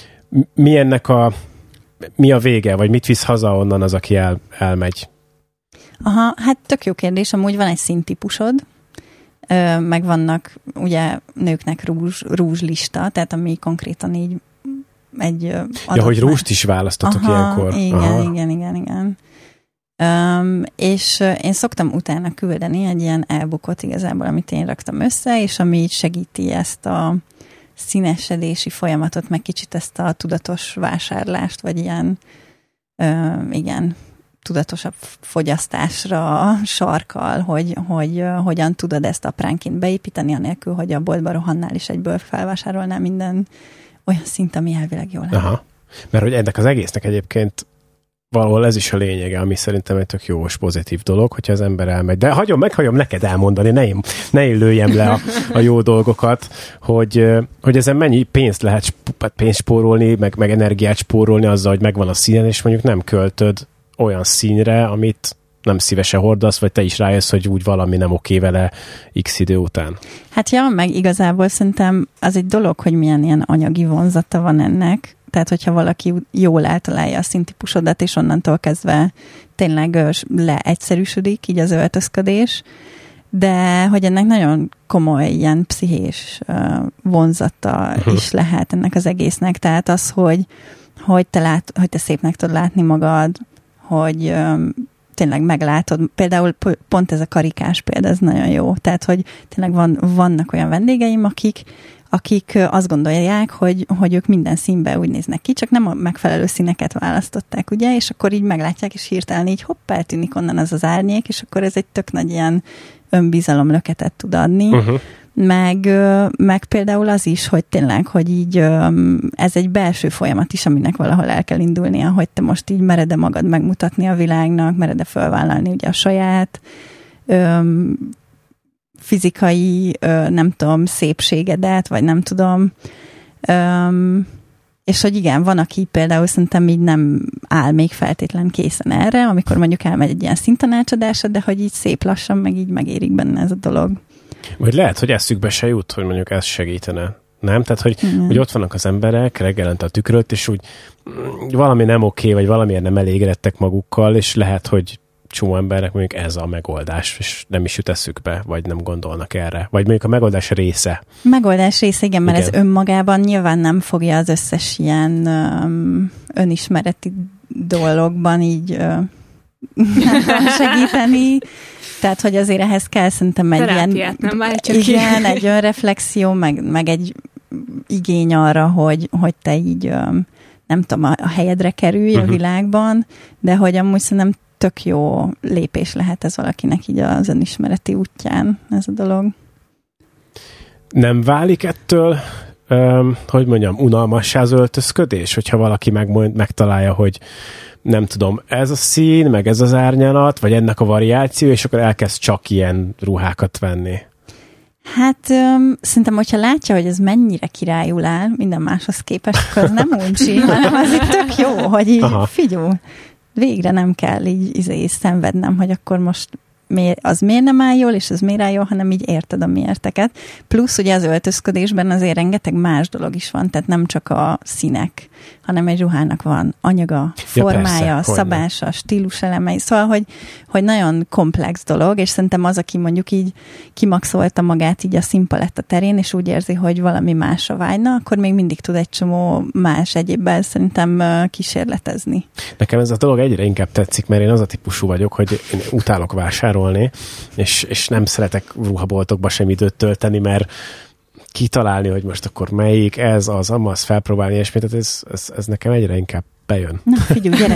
Mi ennek a, mi a vége, vagy mit visz haza onnan az, aki el, elmegy? Aha, hát tök jó kérdés. Amúgy van egy színtípusod, meg vannak ugye nőknek rúzs, rúzslista, tehát ami konkrétan így egy ja, hogy rúzst is választottok aha, ilyenkor. Igen, aha. igen, igen, igen. Um, és uh, én szoktam utána küldeni egy ilyen e-bookot igazából, amit én raktam össze, és ami segíti ezt a színesedési folyamatot, meg kicsit ezt a tudatos vásárlást, vagy ilyen uh, igen, tudatosabb fogyasztásra sarkal, hogy, hogy uh, hogyan tudod ezt apránként beépíteni, anélkül, hogy a boltba rohannál is egyből felvásárolnál minden olyan szint, ami elvileg jól lenne. Aha, mert hogy ennek az egésznek egyébként valahol ez is a lényege, ami szerintem egy tök jó és pozitív dolog, hogyha az ember elmegy. De hagyom, meghagyom neked elmondani, ne én, ne én lőjem le a, a jó dolgokat, hogy, hogy ezen mennyi pénzt lehet pénzt spórolni, meg, meg energiát spórolni azzal, hogy megvan a színen, és mondjuk nem költöd olyan színre, amit nem szívesen hordasz, vagy te is rájössz, hogy úgy valami nem oké vele x idő után. Hát ja, meg igazából szerintem az egy dolog, hogy milyen ilyen anyagi vonzata van ennek, Tehát, hogyha valaki jól eltalálja a színtípusodat, és onnantól kezdve tényleg leegyszerűsödik így az öltözködés, de hogy ennek nagyon komoly ilyen pszichés vonzata uh-huh. is lehet ennek az egésznek. Tehát az, hogy, hogy, te, lát, hogy te szépnek tudod látni magad, hogy tényleg meglátod, például pont ez a karikás példa, ez nagyon jó. Tehát, hogy tényleg van, vannak olyan vendégeim, akik, akik azt gondolják, hogy, hogy ők minden színben úgy néznek ki, csak nem a megfelelő színeket választották, ugye, és akkor így meglátják, és hirtelen így hopp, eltűnik onnan az az árnyék, és akkor ez egy tök nagy ilyen önbizalomlöketet tud adni. Uh-huh. Meg, meg például az is, hogy tényleg, hogy így ez egy belső folyamat is, aminek valahol el kell indulnia, hogy te most így mered-e magad megmutatni a világnak, mered-e felvállalni ugye a saját öm, fizikai, ö, nem tudom, szépségedet, vagy nem tudom. Öm, és hogy igen, van, aki például szerintem így nem áll még feltétlen készen erre, amikor mondjuk elmegy egy ilyen szinttanácsadásra, de hogy így szép lassan, meg így megérik benne ez a dolog. Vagy lehet, hogy eszükbe se jut, hogy mondjuk ez segítene. Nem? Tehát, hogy, mm. hogy ott vannak az emberek reggelente a tükröt, és úgy valami nem oké, vagy valamiért nem elégedettek magukkal, és lehet, hogy csomó embernek mondjuk ez a megoldás, és nem is jut eszükbe, vagy nem gondolnak erre. Vagy mondjuk a megoldás része. Megoldás része, igen, mert igen. Ez önmagában nyilván nem fogja az összes ilyen um, önismereti dologban így uh, segíteni. Tehát, hogy azért ehhez kell szerintem egy Terápiát ilyen... nem váltja igen, egy önreflexió, meg, meg egy igény arra, hogy, hogy te így um, nem tudom, a, a helyedre kerülj uh-huh. a világban, de hogy amúgy szerintem tök jó lépés lehet ez valakinek így az önismereti útján, ez a dolog. Nem válik ettől, um, hogy mondjam, unalmassá az öltözködés, hogyha valaki meg, megtalálja, hogy nem tudom, ez a szín, meg ez az árnyalat, vagy ennek a variáció, és akkor elkezd csak ilyen ruhákat venni? Hát um, szerintem, hogyha látja, hogy ez mennyire királyul áll minden máshoz képest, akkor az nem uncsi, hanem az itt tök jó, hogy így figyelj, végre nem kell így izé, szenvednem, hogy akkor most miért, az miért nem áll jól, és az miért áll jól, hanem így érted a miérteket. Plusz ugye az öltözködésben azért rengeteg más dolog is van, tehát nem csak a színek, hanem egy ruhának van anyaga, formája, ja, persze, szabása, stíluselemei, szóval, hogy, hogy nagyon komplex dolog, és szerintem az, aki mondjuk így kimaxolta magát így a színpaletta terén, és úgy érzi, hogy valami másra vágyna, akkor még mindig tud egy csomó más egyébben szerintem kísérletezni. Nekem ez a dolog egyre inkább tetszik, mert én az a típusú vagyok, hogy én utálok vásárolni, és, és nem szeretek ruhaboltokba sem időt tölteni, mert kitalálni, hogy most akkor melyik, ez, az, amaz, felpróbálni, és tehát ez, ez, ez nekem egyre inkább bejön. Na, figyelj, gyere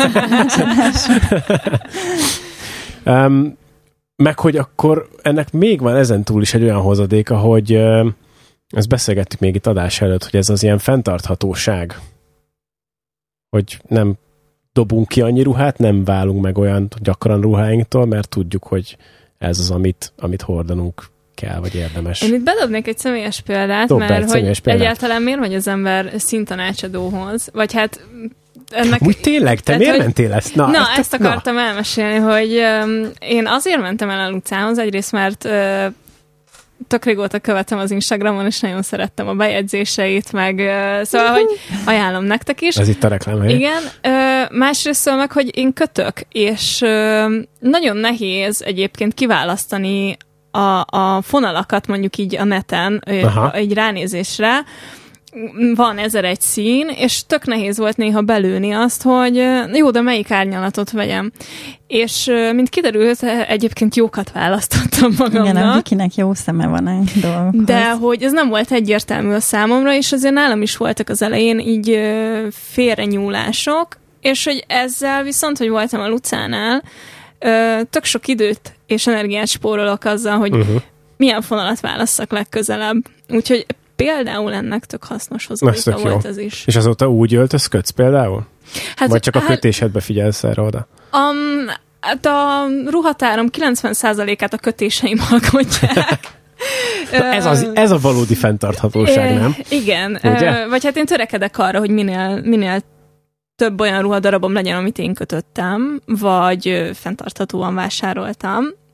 el! um, meg, hogy akkor ennek még van ezen túl is egy olyan hozadéka, hogy uh, ezt beszélgettük még itt adás előtt, hogy ez az ilyen fenntarthatóság, hogy nem dobunk ki annyi ruhát, nem válunk meg olyan gyakran ruháinktól, mert tudjuk, hogy ez az, amit, amit hordanunk kell, vagy érdemes. Én itt bedobnék egy személyes példát, Dob mert hogy személyes példát. Egyáltalán miért megy az ember színtanácsadóhoz? Vagy hát ennek... Úgy tényleg? Te tehát, miért hogy... mentél ezt? Na, na ezt, ezt akartam na. elmesélni, hogy um, én azért mentem el a Lucához, egyrészt, mert uh, tök régóta követem az Instagramon, és nagyon szerettem a bejegyzéseit, meg uh, szóval, hogy ajánlom nektek is. Ez itt a reklám. Igen. Uh, másrészt szóval meg, hogy én kötök, és uh, nagyon nehéz egyébként kiválasztani A, a fonalakat mondjuk így a neten, Aha. egy ránézésre, van ezer egy szín, és tök nehéz volt néha belőni azt, hogy jó, de melyik árnyalatot vegyem. És mint kiderült, egyébként jókat választottam magamnak. Igen, akinek jó szeme van egy dolgokhoz. De hogy ez nem volt egyértelmű a számomra, és azért nálam is voltak az elején így félrenyúlások, és hogy ezzel viszont, hogy voltam a Lucánál, tök sok időt és energiát spórolok azzal, hogy uh-huh. milyen fonalat válasszak legközelebb. Úgyhogy például ennek tök hasznos hozzáadéka volt ez is. És azóta úgy öltözködsz például? Hát, Vagy csak a kötésedbe figyelsz erre oda? Um, hát a ruhatárom kilencven százalékát a kötéseim alkotják. ez, az, ez a valódi fenntarthatóság, nem? Igen. Ugye? Vagy hát én törekedek arra, hogy minél, minél több olyan ruhadarabom legyen, amit én kötöttem, vagy fenntarthatóan vásároltam.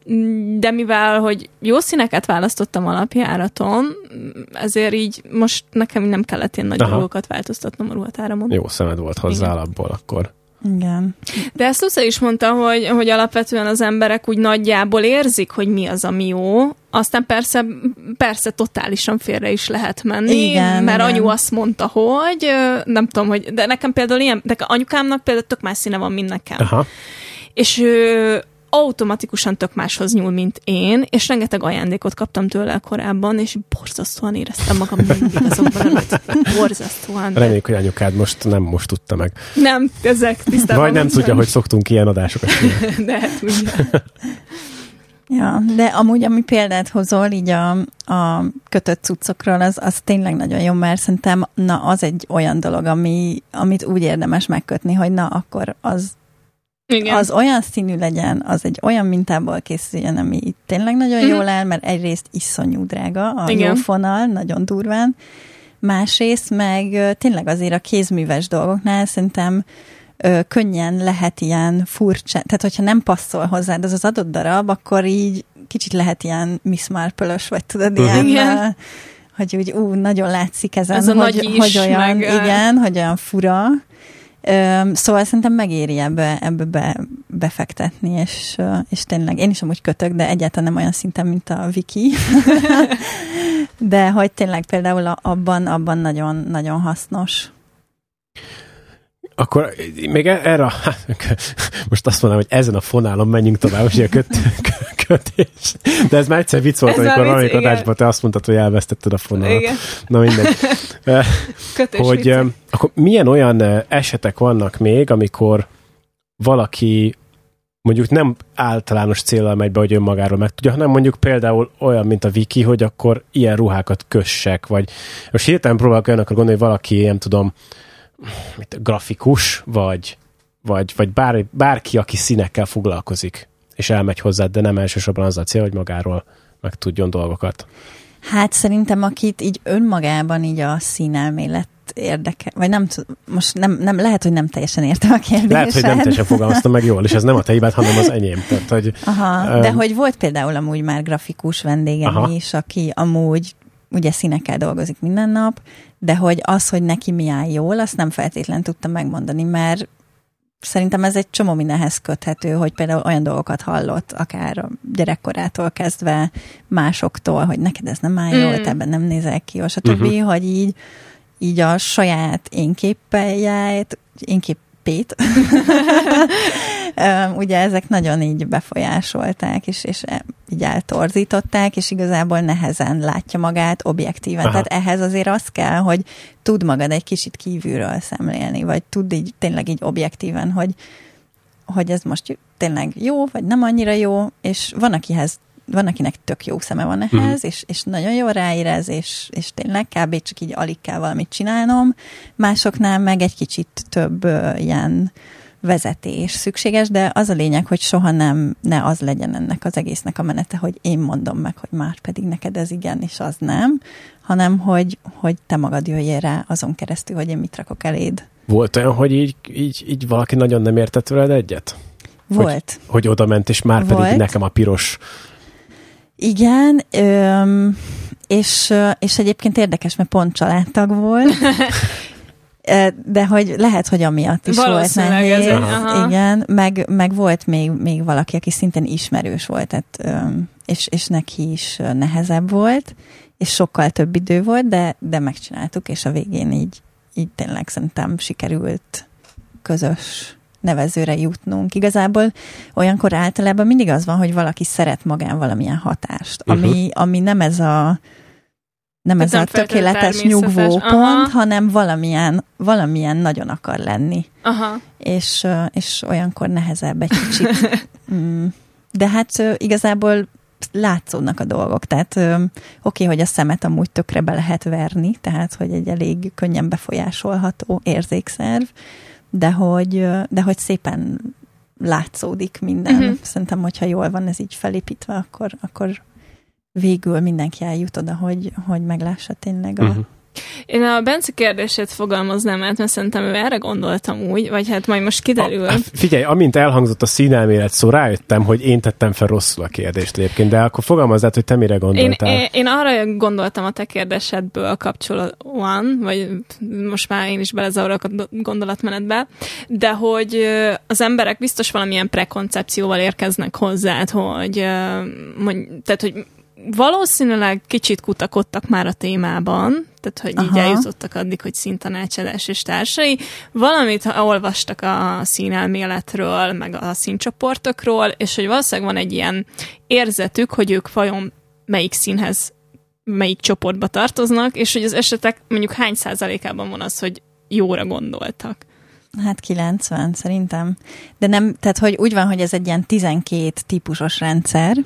de mivel, hogy jó színeket választottam alapjáraton, ezért így most nekem nem kellett ilyen nagy Aha. dolgokat változtatnom a ruhatáramon. Jó szemed volt hozzá alapból akkor. Igen. De ezt Tusza is mondta, hogy, hogy alapvetően az emberek úgy nagyjából érzik, hogy mi az, ami jó. Aztán persze, persze totálisan félre is lehet menni, igen, mert igen. anyu azt mondta, hogy nem tudom, hogy de nekem például ilyen, de anyukámnak például tök más színe van, mint nekem. Aha. És ő automatikusan tök máshoz nyúl, mint én, és rengeteg ajándékot kaptam tőle korábban, és borzasztóan éreztem magam mindig azokban előtt. Borzasztóan. Reméljük, hogy anyukád most nem most tudta meg. Nem, ezek tisztában. Vagy nem tudja, hogy szoktunk ilyen adásokat. De tudja. Ja, de amúgy, ami példát hozol így a, a kötött cuccokról, az, az tényleg nagyon jó, mert szerintem na, az egy olyan dolog, ami, amit úgy érdemes megkötni, hogy na, akkor az Igen. az olyan színű legyen, az egy olyan mintából készüljön, ami tényleg nagyon mm. jól áll, mert egyrészt iszonyú drága, a Igen. jó fonal, nagyon durván. Másrészt meg tényleg azért a kézműves dolgoknál szerintem ö, könnyen lehet ilyen furcsa, tehát hogyha nem passzol hozzád az az adott darab, akkor így kicsit lehet ilyen Miss Marple-ös, vagy tudod, ilyen, ö, hogy úgy ú, nagyon látszik ezen, Ez hogy, hogy olyan, meg, igen, hogy olyan fura. Ö, szóval szerintem megéri ebbe, ebbe be, befektetni, és, és tényleg én is amúgy kötök, de egyáltalán nem olyan szinten, mint a Viki. De hogy tényleg például abban, abban nagyon, nagyon hasznos. Akkor még erre, most azt mondom, hogy ezen a fonálon menjünk tovább, hogy a köt, kötés. De ez már egyszer vicc volt, amikor valamelyik adásban te azt mondtad, hogy elvesztetted a fonalat. Igen. Na mindegy. Hogy vicc. Akkor milyen olyan esetek vannak még, amikor valaki mondjuk nem általános céllal megy be, hogy önmagáról megtudja, hanem mondjuk például olyan, mint a Viki, hogy akkor ilyen ruhákat kössek, vagy most hirtelen próbálok olyanokra gondolni, hogy valaki, nem tudom, mit, grafikus, vagy, vagy, vagy bár, bárki, aki színekkel foglalkozik, és elmegy hozzá, de nem elsősorban az a cél, hogy magáról megtudjon dolgokat. Hát szerintem, akit így önmagában így a színelmélet érdekel, vagy nem tudom, most nem, nem, lehet, hogy nem teljesen értem a kérdésed. Lehet, hogy nem teljesen fogalmaztam meg jól, és ez nem a te hibád, hanem az enyém. Tehát, hogy, Aha, um, de hogy volt például amúgy már grafikus vendégem aha. is, aki amúgy ugye színekkel dolgozik minden nap, de hogy az, hogy neki mi áll jól, azt nem feltétlen tudtam megmondani, mert szerintem ez egy csomó mindenhez köthető, hogy például olyan dolgokat hallott, akár a gyerekkorától kezdve másoktól, hogy neked ez nem áll jól, mm. te ebben nem nézel ki, és a többi, uh-huh. hogy így, így a saját énképpeljáját, énképét, ugye ezek nagyon így befolyásolták, és, és így eltorzították, és igazából nehezen látja magát objektíven. Aha. Tehát ehhez azért az kell, hogy tud magad egy kicsit kívülről szemlélni, vagy tud így tényleg így objektíven, hogy, hogy ez most tényleg jó, vagy nem annyira jó, és van akihez van, akinek tök jó szeme van ehhez, uh-huh. és, és nagyon jól ráérez, és, és tényleg kb. Csak így alig kell valamit csinálnom. Másoknál meg egy kicsit több uh, ilyen vezetés szükséges, de az a lényeg, hogy soha nem ne az legyen ennek az egésznek a menete, hogy én mondom meg, hogy már pedig neked ez igen, és az nem, hanem hogy, hogy te magad jöjjél rá azon keresztül, hogy én mit rakok eléd. Volt olyan, hogy így, így, így valaki nagyon nem értett veled egyet? Volt. Hogy, hogy oda ment, és már Volt. pedig nekem a piros. Igen, öm, és, és egyébként érdekes, mert pont családtag volt, de hogy lehet, hogy amiatt is volt nehéz. Igen, meg, meg volt még, még valaki, aki szintén ismerős volt, tehát, öm, és, és neki is nehezebb volt, és sokkal több idő volt, de, de megcsináltuk, és a végén így, így tényleg szerintem sikerült közös nevezőre jutnunk. Igazából olyankor általában mindig az van, hogy valaki szeret magán valamilyen hatást, uh-huh. ami, ami nem ez a nem ez, ez a tökéletes nyugvópont, aha. hanem valamilyen, valamilyen nagyon akar lenni. Aha. És, és olyankor nehezebb egy kicsit. De hát igazából látszódnak a dolgok. Tehát oké, okay, hogy a szemet amúgy tökre be lehet verni, tehát hogy egy elég könnyen befolyásolható érzékszerv, de hogy, de hogy szépen látszódik minden. Uh-huh. Szerintem, hogyha jól van ez így felépítve, akkor, akkor végül mindenki eljut oda, hogy, hogy meglássa tényleg a uh-huh. Én a Bence kérdését fogalmaznám át, mert szerintem ő erre gondoltam úgy, vagy hát majd most kiderül. A, figyelj, amint elhangzott a színelmélet szó, rájöttem, hogy én tettem fel rosszul a kérdést egyébként, de akkor fogalmazd át, hogy te mire gondoltál. Én, én, én arra gondoltam a te kérdésedből kapcsolatban, vagy most már én is belezavarodok a gondolatmenetbe, de hogy az emberek biztos valamilyen prekoncepcióval érkeznek hozzád, hogy, hogy tehát, hogy valószínűleg kicsit kutakodtak már a témában, tehát hogy így Aha. eljutottak addig, hogy színtanácsadás és társai. Valamit olvastak a színelméletről, meg a színcsoportokról, és hogy valószínűleg van egy ilyen érzetük, hogy ők vajon melyik színhez, melyik csoportba tartoznak, és hogy az esetek mondjuk hány százalékában van az, hogy jóra gondoltak. Hát kilencven szerintem. De nem, tehát hogy úgy van, hogy ez egy ilyen tizenkét típusos rendszer,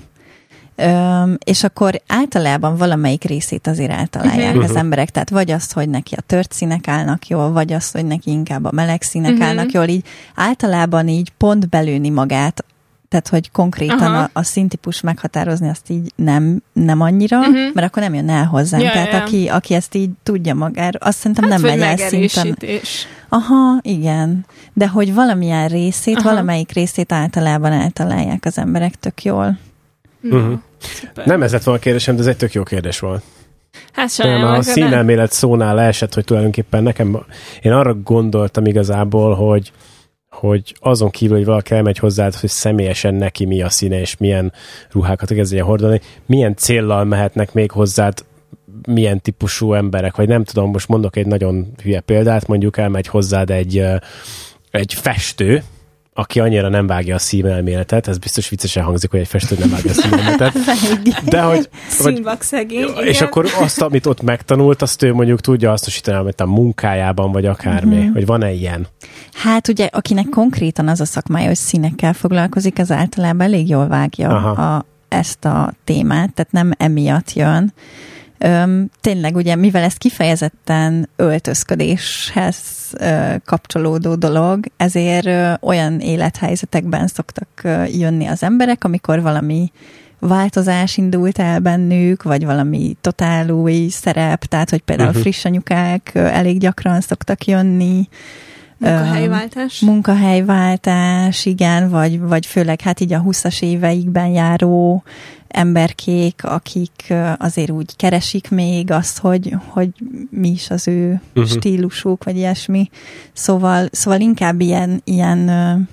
Öm, és akkor általában valamelyik részét azért eltalálják uh-huh. az emberek, tehát vagy azt, hogy neki a tört színek állnak jól, vagy azt, hogy neki inkább a meleg színek uh-huh. állnak jól, így általában így pont belőni magát, tehát hogy konkrétan a, a színtípus meghatározni azt így nem, nem annyira, uh-huh. mert akkor nem jön el hozzám. Ja, tehát ja. Aki, aki ezt így tudja magáról, azt szerintem hát, nem megy el szinten. Aha, igen. De hogy valamilyen részét, Aha. valamelyik részét általában eltalálják az emberek tök jól. Uh-huh. Nem ez lett volna a kérdésem, de ez egy tök jó kérdés volt. Hát sajnálom. A színelmélet szónál leesett, hogy tulajdonképpen nekem, én arra gondoltam igazából, hogy, hogy azon kívül, hogy valaki elmegy hozzád, hogy személyesen neki mi a színe, és milyen ruhákat kezdjen hordani, milyen céllal mehetnek még hozzád, milyen típusú emberek, vagy nem tudom, most mondok egy nagyon hülye példát, mondjuk elmegy hozzád egy, egy festő, aki annyira nem vágja a színelméletet, ez biztos viccesen hangzik, hogy egy festő nem vágja a színelméletet. De hogy... Színvak szegény, és igen. Akkor azt, amit ott megtanult, azt ő mondjuk tudja hasznosítani, amit a munkájában, vagy akármi. Uh-huh. Hogy van-e ilyen? Hát ugye, akinek konkrétan az a szakmája, hogy színekkel foglalkozik, az általában elég jól vágja a, ezt a témát, tehát nem emiatt jön. Öm, tényleg ugye, mivel ez kifejezetten öltözködéshez ö, kapcsolódó dolog, ezért ö, olyan élethelyzetekben szoktak ö, jönni az emberek, amikor valami változás indult el bennük, vagy valami totál új szerep, tehát hogy például uh-huh. friss anyukák ö, elég gyakran szoktak jönni. Munkahelyváltás? Munkahelyváltás, igen, vagy, vagy főleg hát így a húszas éveikben járó emberkék, akik azért úgy keresik még azt, hogy, hogy mi is az ő uh-huh. stílusuk, vagy ilyesmi. Szóval, szóval inkább ilyen, ilyen,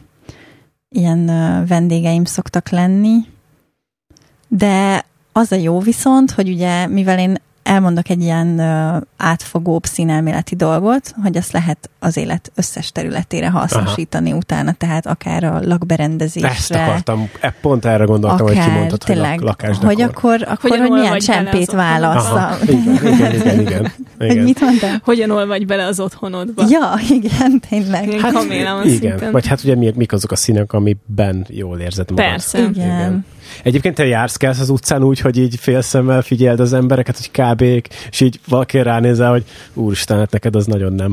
ilyen vendégeim szoktak lenni. De az a jó viszont, hogy ugye, mivel én elmondok egy ilyen uh, átfogóbb színelméleti dolgot, hogy azt lehet az élet összes területére hasznosítani Aha. utána, tehát akár a lakberendezésre. Ezt akartam, pont erre gondoltam, akár, hogy kimondtad, tényleg, hogy lakásdekor. Hogy akkor, akkor hogy, hogy milyen csempét válassza. Igen, igen, igen, igen. igen. Mit mondtál? Hogyan olvadj bele az otthonodba? Ja, igen, tényleg. Hát, kamélem igen, szinten. vagy hát ugye mik, mik azok a színek, amiben jól érzed magad. Persze. Igen. igen. Egyébként te jársz, kelsz az utcán úgy, hogy így félszemmel figyeld az embereket, hogy kábék, és így valaki ránézel, hogy úristen, hát neked az nagyon nem.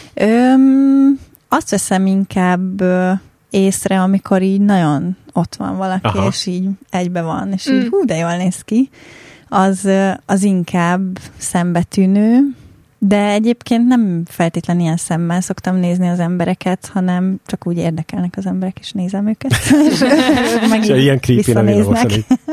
Öm, azt veszem inkább ö, észre, amikor így nagyon ott van valaki, Aha. és így egybe van, és mm. így hú, de jól néz ki. Az, az inkább szembetűnő, de egyébként nem feltétlenül ilyen szemmel szoktam nézni az embereket, hanem csak úgy érdekelnek az emberek, és nézem őket. és meg ilyen visszanéznek.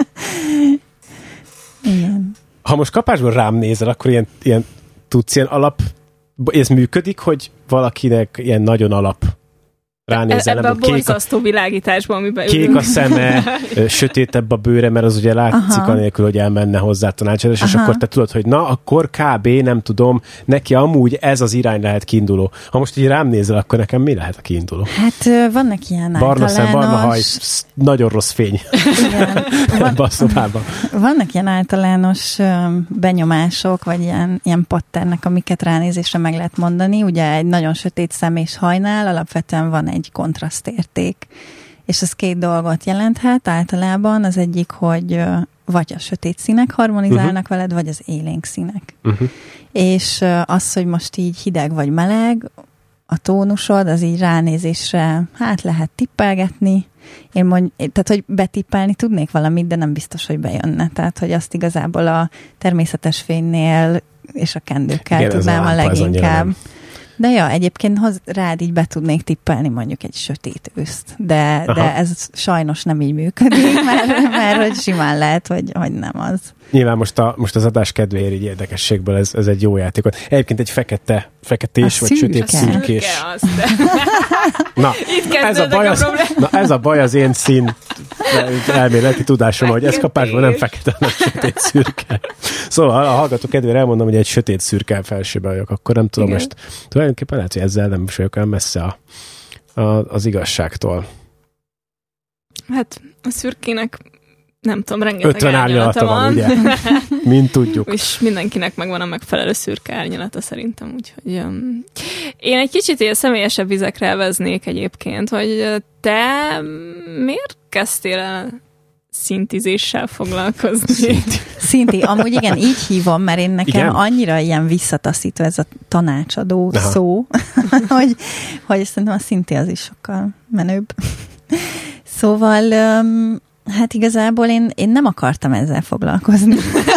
Igen. Ha most kapásból rám nézel, akkor ilyen, ilyen tudsz ilyen alap, ez működik, hogy valakinek ilyen nagyon alap ránézel. Ebben a borzasztó a, világításban, amiben kék ülünk. A szeme, sötétebb a bőre, mert az ugye látszik Aha. anélkül, hogy elmenne hozzá tanácsadás, és akkor te tudod, hogy na, akkor kb. Nem tudom, neki amúgy ez az irány lehet kiinduló. Ha most így rám nézel, akkor nekem mi lehet a kiinduló? Hát vannak ilyen barna szem, barna haj, nagyon rossz fény. Igen. Van, a szobában. Vannak ilyen általános benyomások, vagy ilyen, ilyen patternek, amiket ránézésre meg lehet mondani. Ugye egy nagyon sötét szem és hajnál alapvetően van egy kontrasztérték. És ez két dolgot jelenthet általában. Az egyik, hogy vagy a sötét színek harmonizálnak uh-huh. veled, vagy az élénk színek. Uh-huh. És az, hogy most így hideg vagy meleg, a tónusod, az így ránézésre hát lehet tippelgetni. Én mondj, tehát, hogy betippelni tudnék valamit, de nem biztos, hogy bejönne. Tehát, hogy azt igazából a természetes fénynél és a kendőkkel igen, tudnám a leginkább. De ja, egyébként hoz, rád így be tudnék tippelni mondjuk egy sötét őszt, de, de ez sajnos nem így működik, mert, mert hogy simán lehet, hogy, hogy nem az. Nyilván most, a, most az adás kedvéért így érdekességből ez, ez egy jó játék. Egyébként egy fekete, feketés, a vagy szürke. sötét szürkés. Az, de... Na, ez a, baj az, a na, ez a baj az én szín elméleti tudásom, hogy ez kapásban nem fekete, hanem sötét szürke. Szóval a hallgató kedvére elmondom, hogy egy sötét szürke felsőben vagyok, akkor nem tudom, igen. Most tulajdonképpen lehet, hogy ezzel nem is vagyok olyan messze a, a, az igazságtól. Hát a szürkének nem tudom, rengeteg ötven árnyalata van, van, ugye? Mint tudjuk. És mindenkinek megvan a megfelelő szürke árnyalata szerintem, úgyhogy um, én egy kicsit ilyen személyesebb vizekre elveznék egyébként, hogy te miért kezdtél el szintizéssel foglalkozni? Szinti. Szinti. Amúgy igen, így hívom, mert én nekem igen? annyira ilyen visszataszítva ez a tanácsadó aha. szó, hogy, hogy szerintem a szinti az is sokkal menőbb. Szóval um, hát igazából én, én nem akartam ezzel foglalkozni.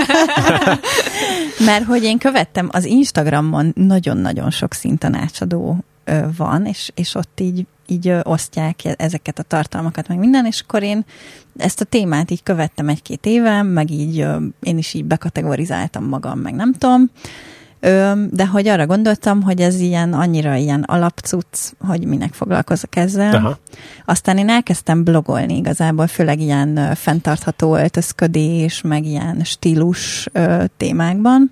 Mert hogy én követtem az Instagramon nagyon-nagyon sok színtanácsadó ö, van, és, és ott így, így ö, osztják ezeket a tartalmakat, meg minden, és akkor én ezt a témát így követtem egy-két éve, meg így ö, én is így bekategorizáltam magam, meg nem tudom. De hogy arra gondoltam, hogy ez ilyen annyira ilyen alapcucc, hogy minek foglalkozok ezzel. Aha. Aztán én elkezdtem blogolni igazából, főleg ilyen fenntartható öltözködés, meg ilyen stílus ö, témákban.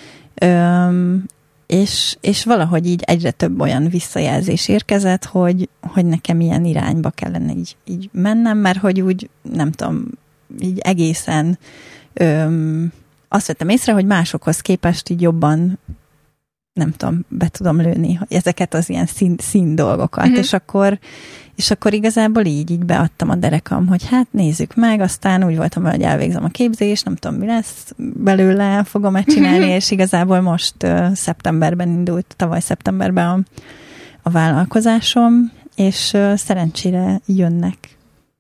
Ö, és, és valahogy így egyre több olyan visszajelzés érkezett, hogy, hogy nekem ilyen irányba kellene így, így mennem, mert hogy úgy, nem tudom, így egészen... Ö, azt vettem észre, hogy másokhoz képest így jobban, nem tudom, be tudom lőni ezeket az ilyen szín, szín dolgokat, uh-huh. és akkor és akkor igazából így, így beadtam a derekam, hogy hát nézzük meg, aztán úgy voltam, hogy elvégzem a képzést, nem tudom, mi lesz belőle, fogom-e csinálni, uh-huh. és igazából most uh, szeptemberben indult, tavaly szeptemberben a, a vállalkozásom, és uh, szerencsére jönnek.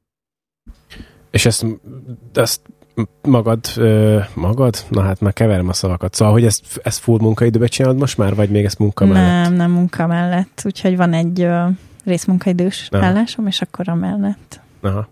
És ezt, ezt magad, ö, magad? Na hát már keverem a szavakat. Szóval, hogy ezt, ezt full munkaidőben csinálod most már, vagy még ezt munka mellett? Nem, nem munka mellett. Úgyhogy van egy ö, részmunkaidős aha. állásom, és akkor a mellett. Aha.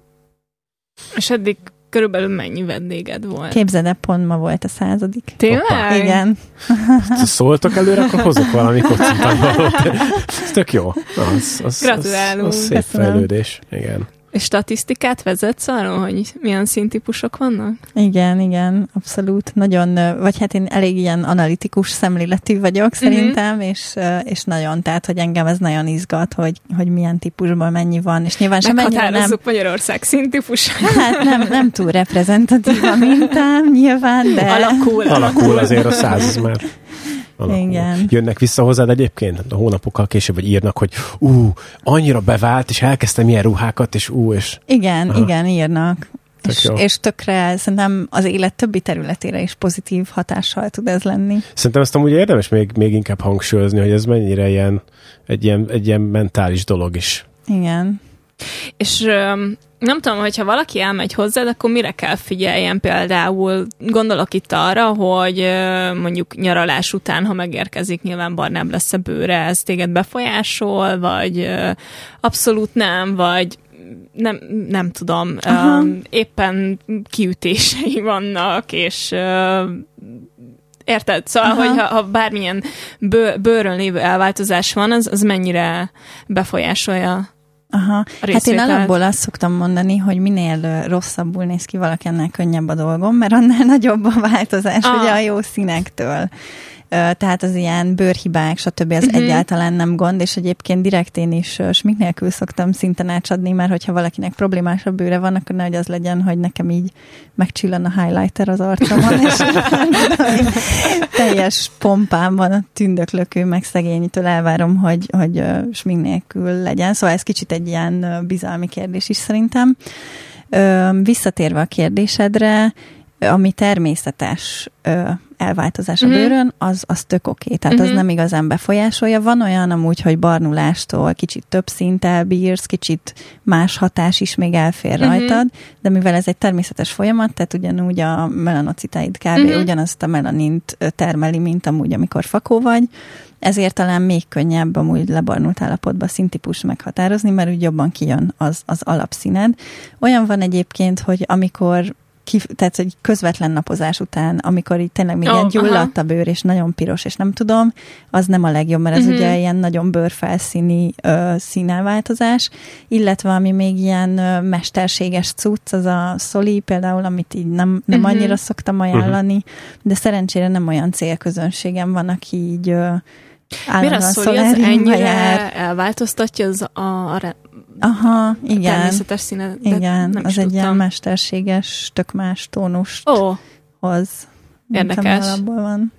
És eddig körülbelül mennyi vendéged volt? Képzeld el, pont ma volt a századik. Tényleg? Igen. Szóltok előre, akkor hozok valami kocintanyvalót. Ez tök jó. Az, az, gratulálunk. Az, az szép Köszönöm. Fejlődés. Igen. És statisztikát vezetsz arról, hogy milyen színtípusok vannak? Igen, igen, abszolút. Nagyon, vagy hát én elég ilyen analitikus szemléletű vagyok szerintem, mm-hmm. és, és nagyon, tehát, hogy engem ez nagyon izgat, hogy, hogy milyen típusból mennyi van, és nyilván sem mennyire nem... Magyarország színtípusát. Hát nem, nem túl reprezentatív a mintám, nyilván, de... Alakul. Alakul azért a száz már. Alakul. Igen. Jönnek vissza hozzád egyébként a hónapokkal később, vagy írnak, hogy ú, annyira bevált, és elkezdtem ilyen ruhákat, és ú, és... Igen, aha. igen, írnak. És, és tökre szerintem az élet többi területére is pozitív hatással tud ez lenni. Szerintem ezt amúgy érdemes még, még inkább hangsúlyozni, hogy ez mennyire ilyen, egy, ilyen, egy ilyen mentális dolog is. Igen. És um, nem tudom, hogyha valaki elmegy hozzád, akkor mire kell figyeljen például? Gondolok itt arra, hogy uh, mondjuk nyaralás után, ha megérkezik, nyilván barnább lesz a bőre, ez téged befolyásol, vagy uh, abszolút nem, vagy nem, nem tudom, um, éppen kiütései vannak, és uh, érted? Szóval, aha. hogy ha, ha bármilyen bő, bőrön lévő elváltozás van, az, az mennyire befolyásolja. Aha. Hát én alapból azt szoktam mondani, hogy minél rosszabbul néz ki valaki, annál könnyebb a dolgom, mert annál nagyobb a változás ah. ugye a jó színektől. Tehát az ilyen bőrhibák, stb. Az uh-huh. egyáltalán nem gond, és egyébként direkt én is smink nélkül szoktam szintanácsadni, mert hogyha valakinek problémásabb bőre van, akkor nehogy az legyen, hogy nekem így megcsillan a highlighter az arcomon, és teljes pompám van a tündöklökő, meg szegényitől elvárom, hogy, hogy smink nélkül legyen. Szóval ez kicsit egy ilyen bizalmi kérdés is szerintem. Visszatérve a kérdésedre, ami természetes ö, elváltozás a Mhm. bőrön, az, az tök oké. Tehát az Mhm. nem igazán befolyásolja. Van olyan amúgy, hogy barnulástól kicsit több szinttel bírsz, kicsit más hatás is még elfér Mhm. rajtad, de mivel ez egy természetes folyamat, tehát ugyanúgy a melanocitáid kb. Mhm. ugyanazt a melanint ö, termeli, mint amúgy, amikor fakó vagy, ezért talán még könnyebb amúgy lebarnult állapotban színtípust meghatározni, mert úgy jobban kijön az, az alapszíned. Olyan van egyébként, hogy amikor Kif, tehát, hogy közvetlen napozás után, amikor így tényleg még Ó, ilyen aha. gyulladt a bőr, és nagyon piros, és nem tudom, az nem a legjobb, mert ez Mhm. ugye ilyen nagyon bőrfelszíni ö, színelváltozás, illetve ami még ilyen ö, mesterséges cucc, az a Soli például, amit így nem, nem Mhm. annyira szoktam ajánlani, de szerencsére nem olyan célközönségem van, aki így ö, Miért a állandóan Soli az szoláriumba jár. ennyire elváltoztatja az a, a re- Aha, igen. természetes színet? De Igen, nem az is egy tudtam. ilyen mesterséges, tök más tónust Ó, hoz. mint ami Érdekes. alapból van.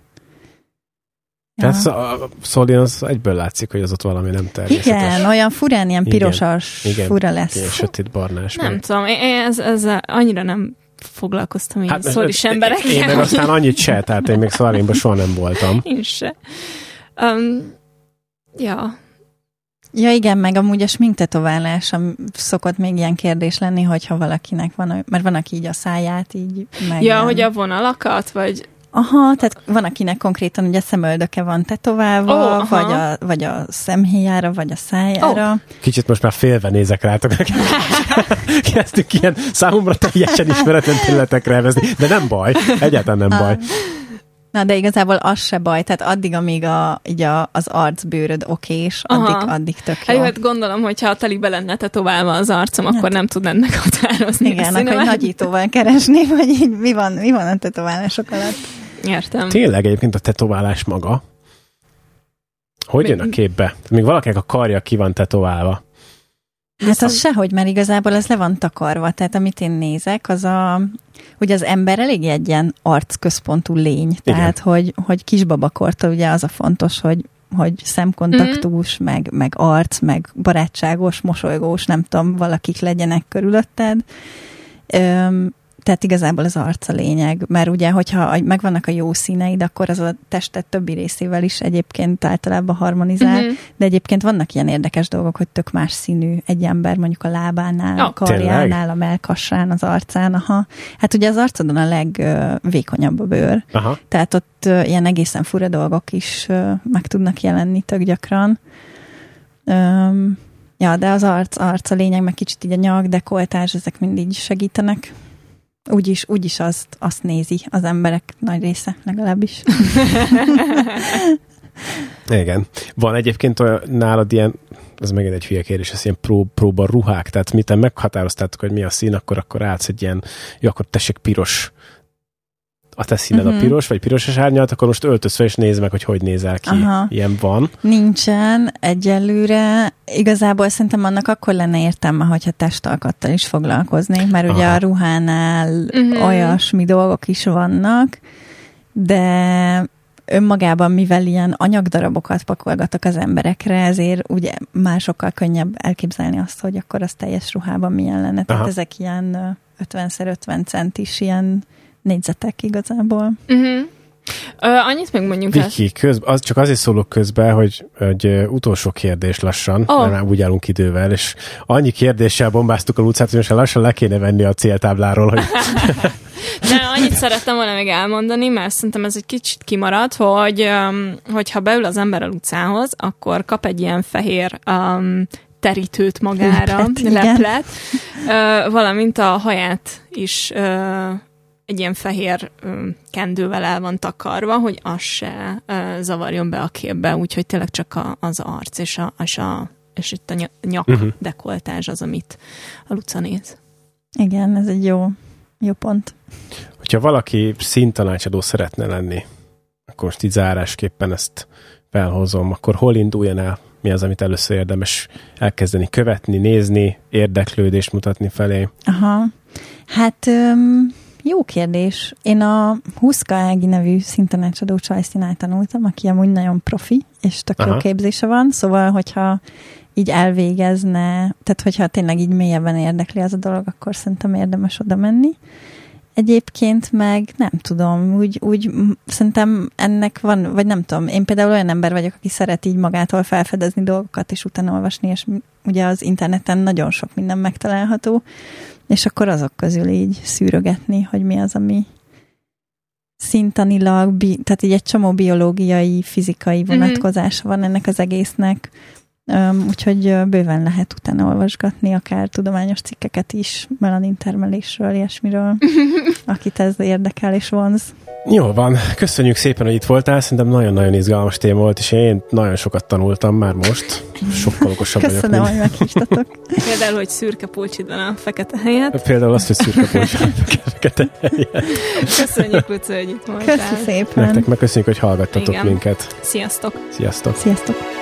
Tehát a Szolin az egyből látszik, hogy az ott valami nem természetes. Igen, olyan furán, ilyen Igen. pirosas Igen. fura lesz. Ilyen sötét barnás. nem meg. tudom, én ez, ezzel annyira nem foglalkoztam ilyen Hát, szolis én- emberekkel. Én meg aztán annyit se, tehát én még Szalinban soha nem voltam. Én se. Um, ja. Ja igen, meg amúgy a sminktetoválás am- szokott még ilyen kérdés lenni, hogyha valakinek van, oly- mert van, aki így a száját így meg... Ja, ilyen- hogy a vonalakat, vagy... Aha, tehát van, akinek konkrétan ugye szemöldöke van tetoválva, Ó, aha. vagy, a, vagy a szemhéjára, vagy a szájára. Kicsit most már félve nézek rátok. Kezdtük ilyen számomra teljesen ismeretlen területekre elvezni, de nem baj, egyáltalán nem baj. Na, de igazából az se baj, tehát addig, amíg a, így a, az arcbőröd okés, Aha. addig, addig tök Hát jó. jó, hát gondolom, hogyha a telibe lenne tetoválva az arcom, akkor Hát. nem tudnád meghatározni a Igen, akkor színemet. egy nagyítóval keresném, hogy így mi van, mi van a tetoválások alatt. Értem. Tényleg egyébként a tetoválás maga, hogy jön a képbe? Még valakinek a karja ki van tetoválva. Hát az sehogy, mert igazából ez le van takarva. Tehát amit én nézek, az a... Ugye az ember elég egy ilyen arcközpontú lény. Tehát, hogy, hogy kisbabakortól ugye az a fontos, hogy, hogy szemkontaktus, mm. meg, meg arc, meg barátságos, mosolygós, nem tudom, valakik legyenek körülötted. Öm, tehát igazából az arc a lényeg, mert ugye, hogyha megvannak a jó színeid, akkor az a testet többi részével is egyébként általában harmonizál, Mhm. de egyébként vannak ilyen érdekes dolgok, hogy tök más színű egy ember, mondjuk a lábánál, Ja, a karjánál, tényleg? a mellkassán, az arcán, aha. Hát ugye az arcodon a legvékonyabb a bőr, Aha. tehát ott ö, ilyen egészen fura dolgok is ö, meg tudnak jelenni tök gyakran. Öm, ja, de az arc, arc a lényeg, meg kicsit így a nyak, dekoltázs, ezek mindig segítenek. Úgyis, úgyis azt, azt nézi az emberek nagy része, legalábbis. Igen. Van egyébként olyan, nálad ilyen, ez megint egy hülye kérdés, ez ilyen pró, próba ruhák, tehát miten meghatároztátok, hogy mi a szín, akkor akkor állsz egy ilyen, jó, akkor tessék piros, a te színed Mhm. a piros, vagy piros árnyalt, akkor most öltöz fel, és nézd meg, hogy hogy nézel ki. Aha. Ilyen van. Nincsen egyelőre. Igazából szerintem annak akkor lenne értelme, hogyha testalkattal is foglalkoznék, mert ugye Aha. a ruhánál Mhm. olyasmi dolgok is vannak, de önmagában, mivel ilyen anyagdarabokat pakolgatok az emberekre, ezért ugye már sokkal könnyebb elképzelni azt, hogy akkor az teljes ruhában milyen lenne. Tehát Aha. ezek ilyen ö, ötven szer ötven centis ilyen négyzetek igazából. Uh-huh. Ö, annyit még mondjunk el. Viki, közben, az, csak azért szólok közben, hogy, hogy ö, utolsó kérdés lassan, Oh. mert már úgy állunk idővel, és annyi kérdéssel bombáztuk a Lucát, hogy most lassan le kéne venni a céltábláról, hogy De annyit szerettem volna még elmondani, mert szerintem ez egy kicsit kimarad, hogy um, hogyha beül az ember a Lucához, akkor kap egy ilyen fehér um, terítőt magára, Leplet, igen. leplet, uh, valamint a haját is uh, egy ilyen fehér um, kendővel el van takarva, hogy az se uh, zavarjon be a képbe, úgyhogy tényleg csak a, az arc és, a, és, a, és itt a ny- nyak Mhm. dekoltázs az, amit a Luca néz. Igen, ez egy jó, jó pont. hogyha valaki színtanácsadó szeretne lenni, akkor most így zárásképpen ezt felhozom, akkor hol induljon el? Mi az, amit először érdemes elkezdeni követni, nézni, érdeklődést mutatni felé? Aha. Hát öm, jó kérdés. Én a Huszka Ági nevű színtanácsadó csajszínál tanultam, aki amúgy nagyon profi, és tök jó Aha. képzése van, szóval, hogyha így elvégezne, tehát hogyha tényleg így mélyebben érdekli az a dolog, akkor szerintem érdemes oda menni. Egyébként meg nem tudom, úgy, úgy szerintem ennek van, vagy nem tudom, én például olyan ember vagyok, aki szeret így magától felfedezni dolgokat, és utána olvasni, és ugye az interneten nagyon sok minden megtalálható, és akkor azok közül így szűrögetni, hogy mi az, ami szintanilag, bi, tehát így egy csomó biológiai, fizikai vonatkozása van ennek az egésznek, Um, úgyhogy bőven lehet utána olvasgatni, akár tudományos cikkeket is, melanin termelésről, ilyesmiről, akit ez érdekel és vonz. Jó van, köszönjük szépen, hogy itt voltál, szerintem nagyon-nagyon izgalmas téma volt, és én nagyon sokat tanultam már most, sokkal okosabb vagyok. Köszönöm, hogy meghívtatok. Például, hogy szürke pulcsid van a fekete helyet. Például azt, hogy szürke pulcsid van a fekete helyet. Köszönjük, Luca, hogy itt voltál. Köszi szépen. Nektek meg köszönjük, hogy hallgattatok Igen. minket. Sziasztok. Sziasztok. Sziasztok.